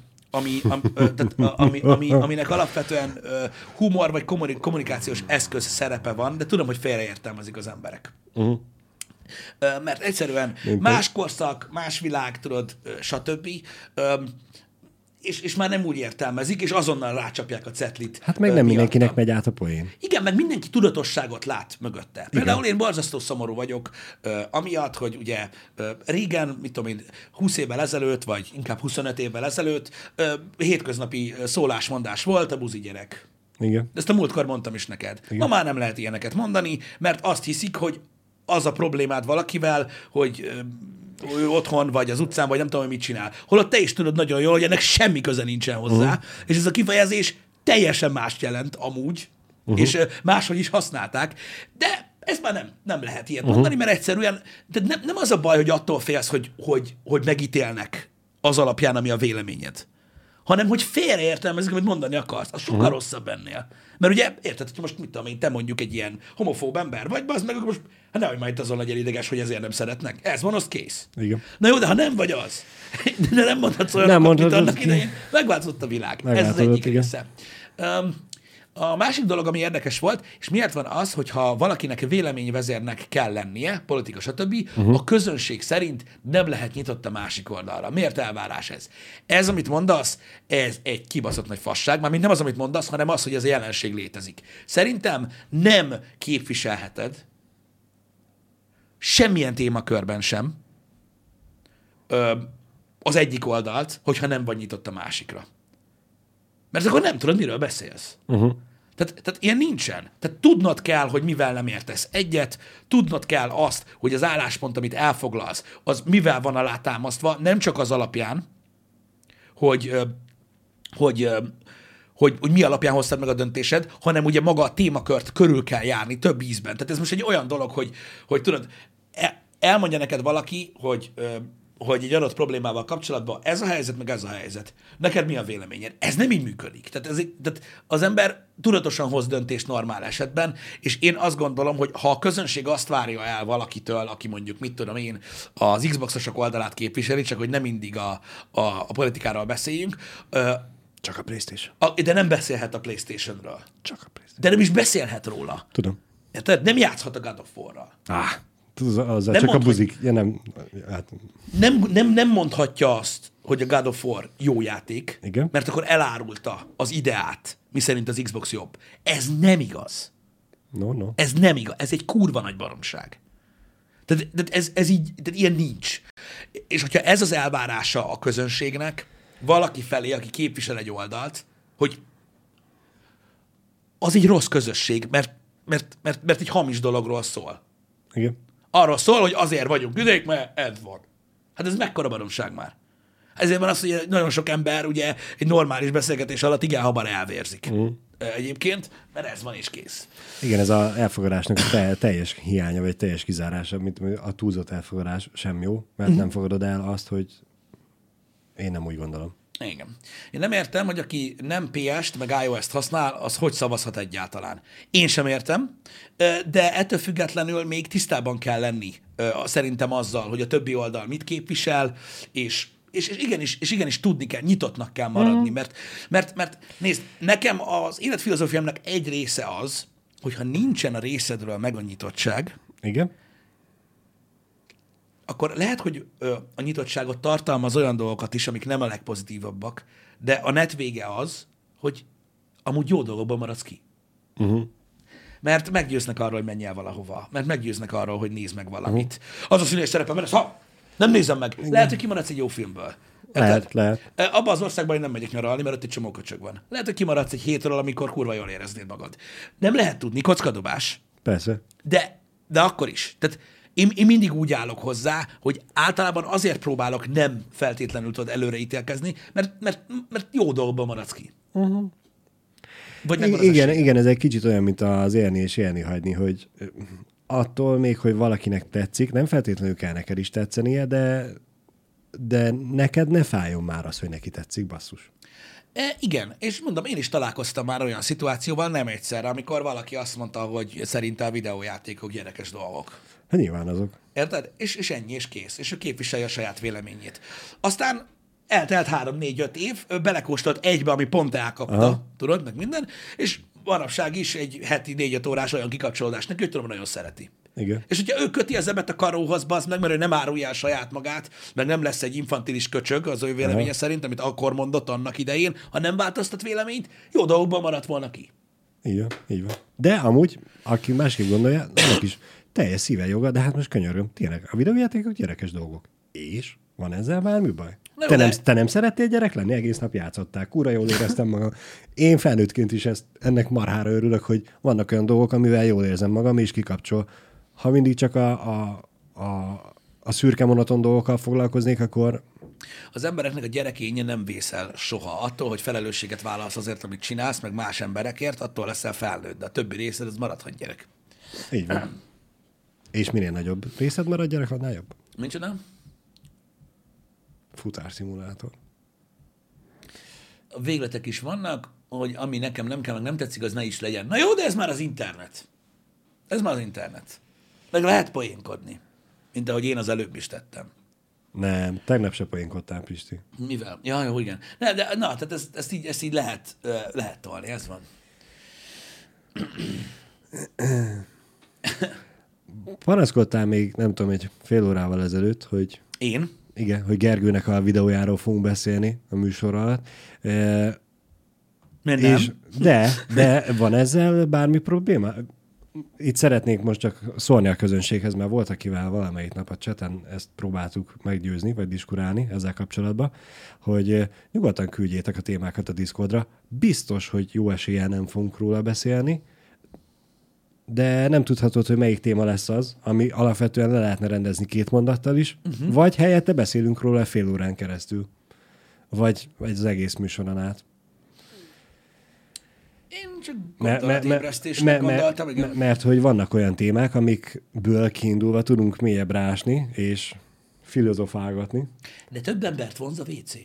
S1: aminek alapvetően humor vagy kommunikációs eszköz szerepe van, de tudom, hogy félreértelmezik az emberek. Mert egyszerűen más korszak, más világ, tudod, stb. És már nem úgy értelmezik, és azonnal rácsapják a cetlit.
S2: Hát meg nem mindenkinek megy át a poén.
S1: Igen, meg mindenki tudatosságot lát mögötte. Például én borzasztó szomorú vagyok, amiatt, hogy ugye régen, 20 évvel ezelőtt, vagy inkább 25 évvel ezelőtt hétköznapi szólásmondás volt a buzi gyerek.
S2: Igen.
S1: Ezt a múltkor mondtam is neked. Igen. Ma már nem lehet ilyeneket mondani, mert azt hiszik, hogy az a problémád valakivel, hogy otthon, vagy az utcán, vagy nem tudom, hogy mit csinál. Holott te is tudod nagyon jól, hogy ennek semmi köze nincsen hozzá, és ez a kifejezés teljesen mást jelent amúgy, és máshogy is használták, de ez már nem lehet ilyet mondani, mert egyszerűen de nem az a baj, hogy attól félsz, hogy megítélnek az alapján, ami a véleményed, hanem hogy félreértelmezik, amit mondani akarsz. Az sokkal rosszabb ennél. Mert ugye, érted, hogy most mit tudom én, te mondjuk egy ilyen homofób ember vagy, bazd meg, akkor most, hát nehogy majd azon legyen ideges, hogy ezért nem szeretnek. Ez van, az kész.
S2: Igen.
S1: Na jó, de ha nem vagy az, de nem mondhatsz olyanokat, mint annak idején, megváltozott a világ. Ez az egyik része. A másik dolog, ami érdekes volt, és miért van az, hogyha valakinek véleményvezérnek kell lennie, politika, stb., a közönség szerint nem lehet nyitott a másik oldalra. Miért elvárás ez? Ez, amit mondasz, ez egy kibaszott nagy fasság, mármint nem az, amit mondasz, hanem az, hogy ez a jelenség létezik. Szerintem nem képviselheted semmilyen témakörben sem az egyik oldalt, hogyha nem vagy nyitott a másikra. Mert akkor nem tudod, miről beszélsz. Tehát ilyen nincsen. Tehát tudnod kell, hogy mivel nem értesz egyet, tudnod kell azt, hogy az álláspont, amit elfoglalsz, az mivel van alátámasztva, nem csak az alapján, hogy mi alapján hoztad meg a döntésed, hanem ugye maga a témakört körül kell járni több ízben. Tehát ez most egy olyan dolog, hogy tudod, elmondja neked valaki, hogy egy adott problémával kapcsolatban ez a helyzet, meg ez a helyzet. Neked mi a véleményed? Ez nem így működik. Tehát az ember tudatosan hoz döntést normál esetben, és én azt gondolom, hogy ha a közönség azt várja el valakitől, aki mondjuk, mit tudom én, az Xbox-osok oldalát képviseli, csak hogy nem mindig a politikáról beszéljünk.
S2: Csak a PlayStation.
S1: De nem beszélhet a PlayStation-ről.
S2: Csak a PlayStation.
S1: De nem is beszélhet róla.
S2: Tudom.
S1: Tehát nem játszhat a God of War-ral.
S2: Azzal csak a buzik. Ja,
S1: nem mondhatja azt, hogy a God of War jó játék,
S2: igen?
S1: Mert akkor elárulta az ideát, miszerint az Xbox jobb. Ez nem igaz.
S2: No.
S1: Ez nem igaz. Ez egy kurva nagy baromság. Tehát ez így, tehát ilyen nincs. És hogyha ez az elvárása a közönségnek, valaki felé, aki képvisel egy oldalt, hogy az egy rossz közösség, mert egy hamis dologról szól.
S2: Igen.
S1: Arról szól, hogy azért vagyunk üdék, mert ez van. Hát ez mekkora baromság már. Ezért van az, hogy nagyon sok ember ugye egy normális beszélgetés alatt igen hamar elvérzik. Egyébként, mert ez van és kész.
S2: Igen, ez az elfogadásnak a teljes hiánya, vagy teljes kizárása, mint a túlzott elfogadás sem jó, mert nem fogadod el azt, hogy én nem úgy gondolom.
S1: Igen. Én nem értem, hogy aki nem PS-t, meg iOS-t használ, az hogy szavazhat egyáltalán. Én sem értem, de ettől függetlenül még tisztában kell lenni szerintem azzal, hogy a többi oldal mit képvisel, és igenis tudni kell, nyitottnak kell maradni, mert nézd, nekem az életfilozófiámnak egy része az, hogyha nincsen a részedről meg a nyitottság,
S2: igen,
S1: akkor lehet, hogy a nyitottságot tartalmaz olyan dolgokat is, amik nem a legpozitívabbak, de a net vége az, hogy amúgy jó dolgokban maradsz ki. Mert meggyőznek arról, hogy menj el valahova. Mert meggyőznek arról, hogy nézd meg valamit. Az a színes szerepe, mert nem nézem meg. Lehet, hogy kimaradsz egy jó filmből.
S2: Lehet.
S1: Abban az országban én nem megyek nyaralni, mert ott egy csomó köcsög van. Lehet, hogy kimaradsz egy hétről, amikor kurva jól éreznéd magad. Nem lehet tudni, kockadobás.
S2: Persze.
S1: De akkor is. Tehát én mindig úgy állok hozzá, hogy általában azért próbálok nem feltétlenül tudod előre ítélkezni, mert jó dolgokban maradsz ki. Vagy
S2: igen, ez egy kicsit olyan, mint az élni és élni hagyni, hogy attól még, hogy valakinek tetszik, nem feltétlenül kell neked is tetszenie, de neked ne fájjon már az, hogy neki tetszik, basszus.
S1: Igen, és mondom, én is találkoztam már olyan szituációval, nem egyszerre, amikor valaki azt mondta, hogy szerinte a videójátékok gyerekes dolgok.
S2: Hát nyilván azok.
S1: Érted? És ennyi, és kész. És ő képviselje a saját véleményét. Aztán eltelt 3-4-5 év, ő belekóstolt egybe, ami pont elkapta, tudod, meg minden, és manapság is egy heti 4-5 órás olyan kikapcsolódás neki, hogy tudom, nagyon szereti.
S2: Igen.
S1: És hogyha ő köti az ebet a karóhoz, bazd meg, mert ő nem árulja el saját magát, meg nem lesz egy infantilis köcsög az ő véleménye szerint, amit akkor mondott annak idején, ha nem változtat véleményt, jó dolgokban maradt volna ki.
S2: Így van. De amúgy, aki másképp gondolja, annak is teljes szíve joga, de hát most könyörgöm, tényleg, a videójátékok gyerekes dolgok. És van ezzel bármi baj? Te nem szerettél gyerek lenni? Egész nap játszottál. Kúra jól éreztem magam. Én felnőttként is ennek marhára örülök, hogy vannak olyan dolgok, amivel jól érzem magam, és kikapcsol. Ha mindig csak a szürke monoton dolgokkal foglalkoznék, akkor...
S1: Az embereknek a gyerekénye nem vészel soha. Attól, hogy felelősséget vállalsz azért, amit csinálsz, meg más emberekért, attól leszel felnőtt. De a többi részed, az maradhat gyerek.
S2: Így van. És minél nagyobb részed marad gyerek, annál jobb.
S1: Micsoda?
S2: Futárszimulátor.
S1: A végletek is vannak, hogy ami nekem nem kell, meg nem tetszik, az ne is legyen. Na jó, de ez már az internet. Ez már az internet. Meg lehet poénkodni, mint ahogy én az előbb is tettem.
S2: Nem, tegnap se poénkodtál, Pisti.
S1: Mivel? Ja, jó, igen. Tehát ezt így lehet tolni, ez van.
S2: Panaszkodtál még, nem tudom, egy fél órával ezelőtt, hogy...
S1: Én?
S2: Igen, hogy Gergőnek a videójáról fogunk beszélni a műsor alatt. És de van ezzel bármi probléma? Itt szeretnék most csak szólni a közönséghez, mert volt, akivel valamelyik nap a chaten ezt próbáltuk meggyőzni, vagy diskurálni ezzel kapcsolatban, hogy nyugodtan küldjétek a témákat a Discordra. Biztos, hogy jó eséllyel nem fogunk róla beszélni, de nem tudhatod, hogy melyik téma lesz az, ami alapvetően le lehetne rendezni 2 mondattal is, vagy helyette beszélünk róla fél órán keresztül. Vagy az egész műsoron át.
S1: Én csak gondolatébresztésnek gondoltam.
S2: Mert hogy vannak olyan témák, amikből kiindulva tudunk mélyebbre ásni, és filozofálgatni.
S1: De több embert vonz a WC.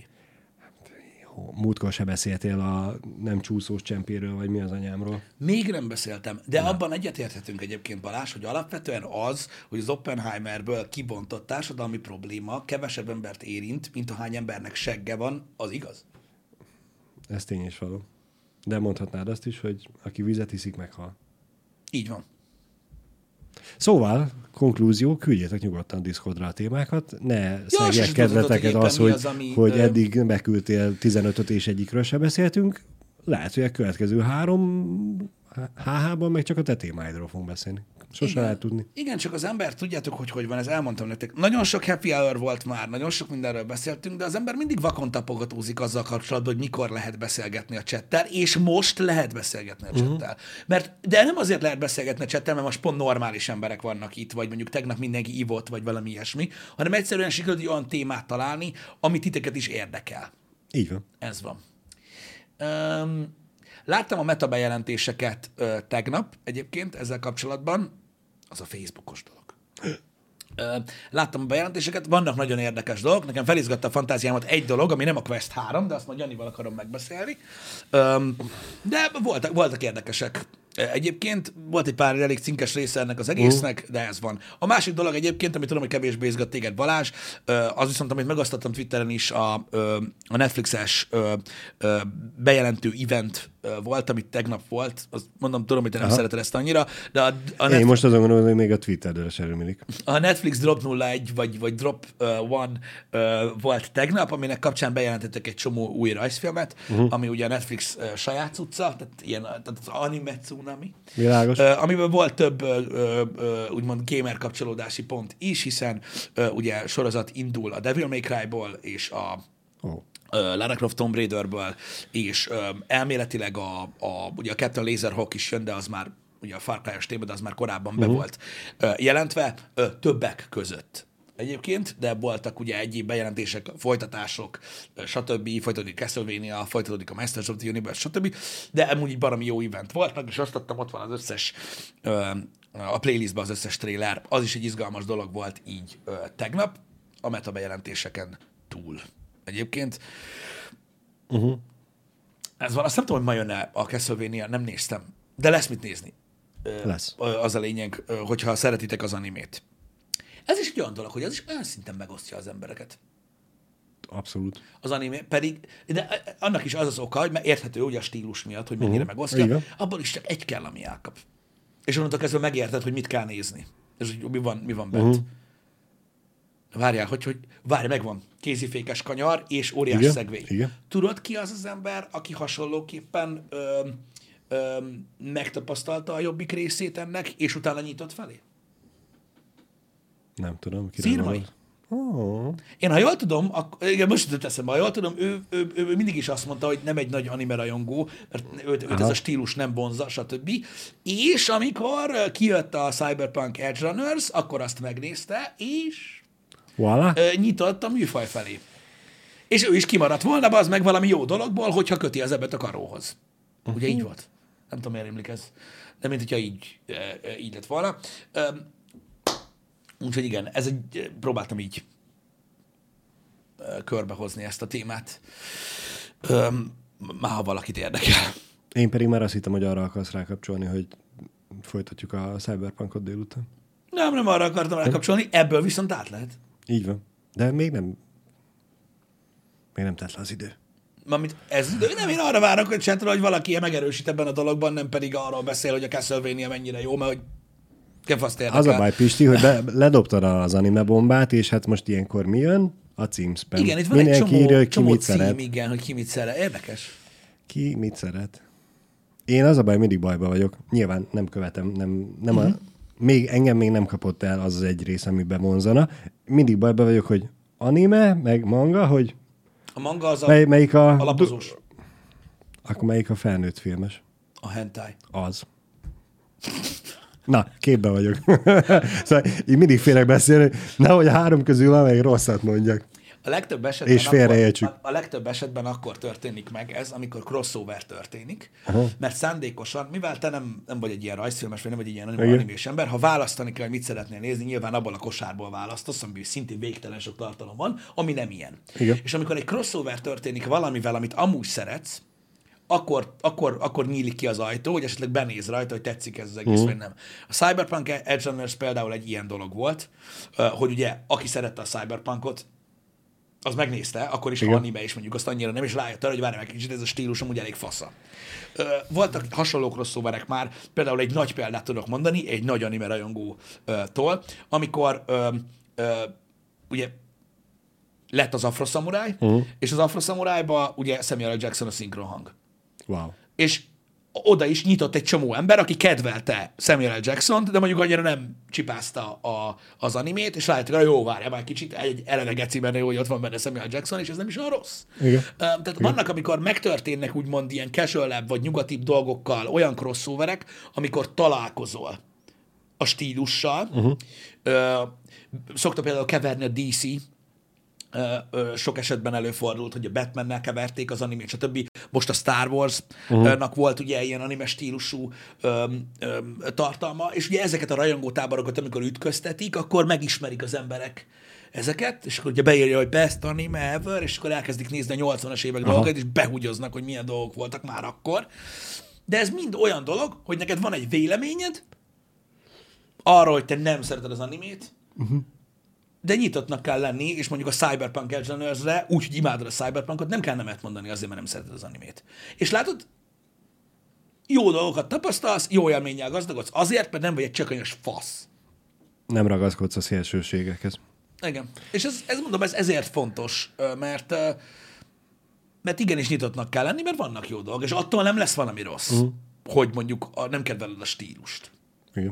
S2: Múltkor se beszéltél a nem csúszós csempéről, vagy mi az anyámról.
S1: Még nem beszéltem, de abban egyetérthetünk egyébként, Balázs, hogy alapvetően az, hogy az Oppenheimerből kibontott társadalmi probléma kevesebb embert érint, mint ahány embernek segge van, az igaz?
S2: Ez tény is való. De mondhatnád azt is, hogy aki vizet iszik, meghal.
S1: Így van.
S2: Szóval, konklúzió, küldjétek nyugodtan Discordra a témákat, ne szegják kedveteket az, hogy eddig beküldtél 15-öt és egyikről se beszéltünk. Lehet, hogy a következő 3 HH-ban meg csak a te témáidról fogunk beszélni. Sose lehet tudni.
S1: Igen, csak az ember, tudjátok, hogy van, ezt elmondtam nektek. Nagyon sok happy hour volt már, nagyon sok mindenről beszéltünk, de az ember mindig vakon tapogatózik azzal kapcsolatban, hogy mikor lehet beszélgetni a chattel, és most lehet beszélgetni a chattel. De nem azért lehet beszélgetni a chattel, mert most pont normális emberek vannak itt, vagy mondjuk tegnap mindenki ivott, vagy valami ilyesmi, hanem egyszerűen sikerült egy olyan témát találni, ami titeket is érdekel.
S2: Így van.
S1: Ez van. Láttam a meta bejelentéseket tegnap egyébként ezzel kapcsolatban, az a Facebookos dolog. Láttam a bejelentéseket, vannak nagyon érdekes dolgok, nekem felizgatta a fantáziámat egy dolog, ami nem a Quest 3, de azt majd Janival akarom megbeszélni. De voltak érdekesek. Egyébként volt egy pár elég cinkes része ennek az egésznek, de ez van. A másik dolog egyébként, amit tudom, hogy kevésbé izgat téged, Balázs, az viszont, amit megosztottam Twitteren is, a Netflixes bejelentő event volt, amit tegnap volt. Azt mondom, tudom, hogy te nem szereted ezt annyira, de a
S2: Netflix... Én most azon gondolom, hogy még a Twitterről se römilik.
S1: A Netflix Drop 01 vagy Drop 1 volt tegnap, aminek kapcsán bejelentettek egy csomó új rajzfilmet, ami ugye a Netflix saját cucca, tehát az anime cunami.
S2: Világos.
S1: Amiből volt több úgymond gamer kapcsolódási pont is, hiszen ugye sorozat indul a Devil May Cry-ból és a Lara Croft Tomb Raiderből, és elméletileg ugye a Captain Laserhawk is jön, de az már ugye a Far Cry-os téma, de az már korábban be volt jelentve, többek között egyébként, de voltak ugye egyéb bejelentések, folytatások, stb. Folytatódik Castlevania, folytatódik a Masters of the Universe, stb. De amúgy így baromi jó event volt, meg is azt adtam, ott van az összes a playlistben az összes trailer, az is egy izgalmas dolog volt így tegnap, a meta bejelentéseken túl. Egyébként ez van, azt nem tudom, hogy ma jön-e a Castlevania, nem néztem, de lesz mit nézni.
S2: Lesz.
S1: Az a lényeg, hogyha szeretitek az animét. Ez is egy olyan dolog, hogy az is olyan szinten megosztja az embereket.
S2: Abszolút.
S1: Az anime pedig, de annak is az az oka, hogy érthető ugye a stílus miatt, hogy mennyire megosztja, abban is csak egy kell, ami elkap. És onnantól kezdve megérted, hogy mit kell nézni. És hogy mi van bent. Várjál, várj, megvan. Kézifékes kanyar és óriás szegvény. Tudod, ki az az ember, aki hasonlóképpen megtapasztalta a jobbik részét ennek, és utána nyitott felé?
S2: Nem tudom.
S1: Szirmai. Én, ha jól tudom, igen, most jutott eszembe, ha jól tudom, ő mindig is azt mondta, hogy nem egy nagy anime rajongó, mert őt ez a stílus nem vonzza, stb. És amikor kijött a Cyberpunk Edge Runners, akkor azt megnézte, és nyitott a műfaj felé. És ő is kimaradt volna, az meg valami jó dologból, hogyha köti az ebbet a karóhoz. Ugye így volt? Nem tudom, miért emlik ez. De mint hogyha így lett volna. Úgyhogy igen, próbáltam így körbehozni ezt a témát. Már ha valakit érdekel.
S2: Én pedig már azt hittem, hogy arra akarsz rákapcsolni, hogy folytatjuk a Cyberpunkot délután.
S1: Nem arra akartam rákapcsolni, ebből viszont át lehet.
S2: Így van. De még nem telt le az idő.
S1: Nem, én arra várok, hogy valaki megerősít ebben a dologban, nem pedig arról beszél, hogy a Castlevania mennyire jó, mert hogy kefaszt érdekel.
S2: Az a baj, Pisti, hogy ledobtad az anime bombát, és hát most ilyenkor mi jön? A címspam.
S1: Igen, itt van
S2: mindenki
S1: egy
S2: írja, hogy
S1: csomó
S2: mit
S1: cím,
S2: szeret.
S1: igen, hogy ki mit szeret. Érdekes.
S2: Ki mit szeret? Én az a baj, mindig bajba vagyok. Nyilván nem követem, engem még nem kapott el az egy rész, ami bevonzana. Mindig bajba vagyok, hogy anime, meg manga, hogy
S1: a manga az
S2: melyik
S1: a lapozós.
S2: Akkor melyik a felnőtt filmes?
S1: A hentai.
S2: Az. Na, képben vagyok. Szóval így mindig félek beszélni, nehogy a három közül valamelyik rosszat mondjak.
S1: A legtöbb esetben,
S2: és félreértsük.
S1: A legtöbb esetben akkor történik meg ez, amikor crossover történik, mert szándékosan, mivel te nem vagy egy ilyen rajzfilmes, vagy nem vagy egy ilyen animés ember, ha választani kell, hogy mit szeretnél nézni, nyilván abból a kosárból választasz, amiben szintén végtelen sok tartalom van, ami nem ilyen.
S2: Igen.
S1: És amikor egy crossover történik valamivel, amit amúgy szeretsz, akkor nyílik ki az ajtó, hogy esetleg benéz rajta, hogy tetszik ez az egész, vagy nem. A Cyberpunk Edge Runners például egy ilyen dolog volt, hogy ugye, aki szerette a Cyberpunkot, az megnézte, akkor is, ha anime is mondjuk, azt annyira nem, és rájött arra, hogy várj meg kicsit, ez a stílus amúgy elég fasza. Voltak hasonló crossoverek már, például egy nagy példát tudok mondani, egy nagy anime rajongótól, amikor ugye lett az Afro Samurai, és az Afro Samurai-ba ugye Samuel L. Jackson a szinkronhang.
S2: Wow.
S1: És oda is nyitott egy csomó ember, aki kedvelte Samuel L. Jackson-t, de mondjuk annyira nem csipázta az animét, és rájöttek, hogy jó, várjál már kicsit, egy eleve geci benne, hogy ott van benne Samuel L. Jackson, és ez nem is olyan rossz.
S2: Igen.
S1: Tehát vannak, amikor megtörténnek úgymond ilyen casual-ebb vagy nyugatibb dolgokkal olyan crossoverek, amikor találkozol a stílussal. Szokta például keverni a DC, sok esetben előfordult, hogy a Batmannel keverték az animét, stb. Most a Star Wars-nak volt ugye ilyen anime stílusú tartalma, és ugye ezeket a rajongótáborokat, amikor ütköztetik, akkor megismerik az emberek ezeket, és akkor ugye beírja, hogy best anime ever, és akkor elkezdik nézni a 80-as évek dolgokat, és behúgyoznak, hogy milyen dolgok voltak már akkor. De ez mind olyan dolog, hogy neked van egy véleményed arról, hogy te nem szereted az animét, de nyitottnak kell lenni, és mondjuk a Cyberpunk Edge Runners-re, úgyhogy imádod a Cyberpunkot, nem kell nemet mondani azért, mert nem szereted az animét. És látod, jó dolgokat tapasztalsz, jó élménnyel gazdagodsz, azért, mert nem vagy egy csökönyös fasz.
S2: Nem ragaszkodsz a szélsőségekhez.
S1: Igen. És ez mondom, ez ezért fontos, mert igenis nyitottnak kell lenni, mert vannak jó dolgok, és attól nem lesz valami rossz, hogy mondjuk nem kedveled a stílust.
S2: Igen.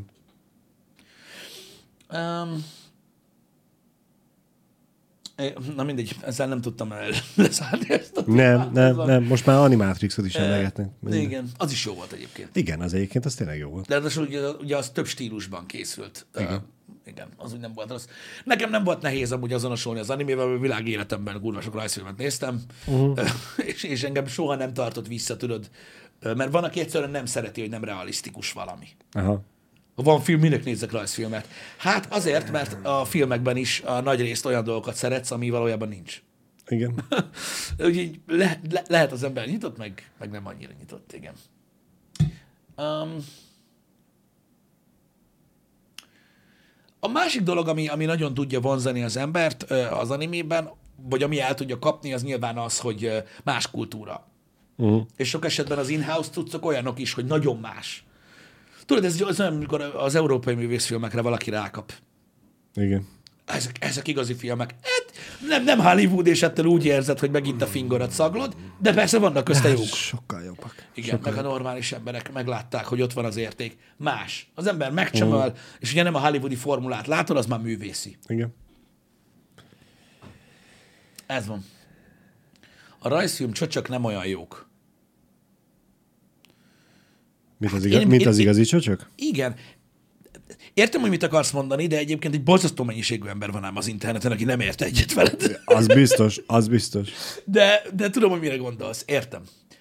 S1: Na mindegy, ezzel nem tudtam leszállni ezt a
S2: Nem. Most már Animatrixot is emlegetnek.
S1: Igen, az is jó volt egyébként.
S2: Igen, az egyébként az tényleg jó volt.
S1: De ugye az több stílusban készült. Igen, az úgy nem volt rossz. Nekem nem volt nehéz amúgy azonosulni az animével, mert világ életemben kurva sok rajzfilmet néztem, és engem soha nem tartott vissza, tudod. Mert van, aki egyszerűen nem szereti, hogy nem realisztikus valami.
S2: Aha.
S1: Ha van film, minek nézzek rajzfilmet? Hát azért, mert a filmekben is a nagy részt olyan dolgokat szeretsz, ami valójában nincs.
S2: Igen.
S1: Úgyhogy lehet az ember nyitott, meg nem annyira nyitott, igen. A másik dolog, ami nagyon tudja vonzani az embert az animében, vagy ami el tudja kapni, az nyilván az, hogy más kultúra. És sok esetben az in-house cuccok olyanok is, hogy nagyon más. Tudod, ez olyan, amikor az európai művészfilmekre valaki rákap.
S2: Igen.
S1: Ezek igazi filmek. Hát nem Hollywood, és ettől úgy érzed, hogy megint a fingorat szaglod, de persze vannak közte jók.
S2: Sokkal jobbak.
S1: Igen, meg a normális emberek meglátták, hogy ott van az érték. Más. Az ember megcsömöl, és ugye nem a hollywoodi formulát látod, az már művészi.
S2: Igen.
S1: Ez van. A rajzfilm csöcsök nem olyan jók.
S2: Mint az igazi csöcsök?
S1: Igen. Értem, hogy mit akarsz mondani, de egyébként egy borzasztó mennyiségű ember van ám az interneten, aki nem ért egyet veled.
S2: Az biztos.
S1: De tudom, hogy mire gondolsz. Értem.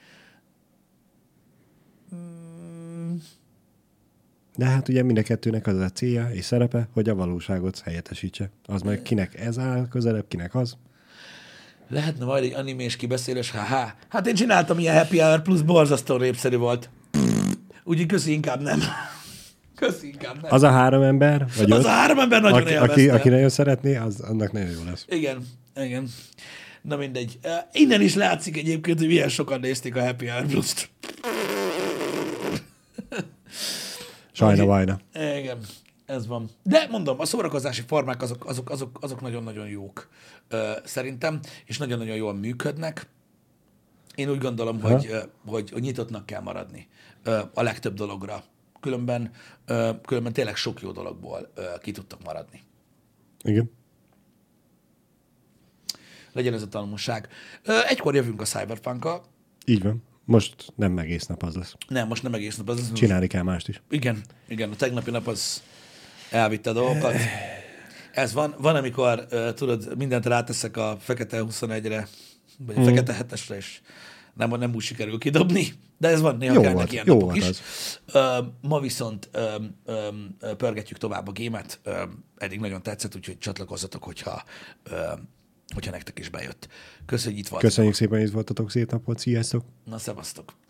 S2: De hát ugye mind a kettőnek az a célja és szerepe, hogy a valóságot helyettesítse. Az meg kinek ez áll közelebb, kinek az.
S1: Lehetne majd egy animés kibeszélés, hát én csináltam ilyen Happy Hour plusz borzasztó népszerű volt. Úgyhogy köszi, inkább nem.
S2: Az a 3 ember,
S1: az a 3 ember nagyon élvezte.
S2: Aki nagyon szeretné, annak nagyon jó lesz.
S1: Igen. Na mindegy. Innen is látszik egyébként, hogy milyen sokan nézték a Happy Hour Plus-t.
S2: Sajna, vajna.
S1: Igen, ez van. De mondom, a szórakozási formák azok nagyon-nagyon jók szerintem, és nagyon-nagyon jól működnek. Én úgy gondolom, hogy nyitottnak kell maradni a legtöbb dologra. Különben tényleg sok jó dologból ki tudtak maradni.
S2: Igen.
S1: Legyen ez a tanulság. Egykor jövünk a Cyberpunk-kal.
S2: Így van. Most nem egész nap az lesz.
S1: Nem, most nem egész nap az lesz.
S2: Csinálni kell mást is.
S1: Igen, a tegnapi nap az elvitte a dolgokat. Ez van. Van, amikor tudod, mindent ráteszek a fekete 21-re, vagy a fekete 7-esre, és nem úgy sikerül kidobni, de ez van, néha kellnek ilyen napok is. Ma viszont pörgetjük tovább a gémet. Eddig nagyon tetszett, úgyhogy csatlakozzatok, hogyha nektek is bejött. Köszönjük, itt voltatok.
S2: Köszönjük szépen, hogy itt voltatok, szép napot, sziasztok!
S1: Na, szevasztok!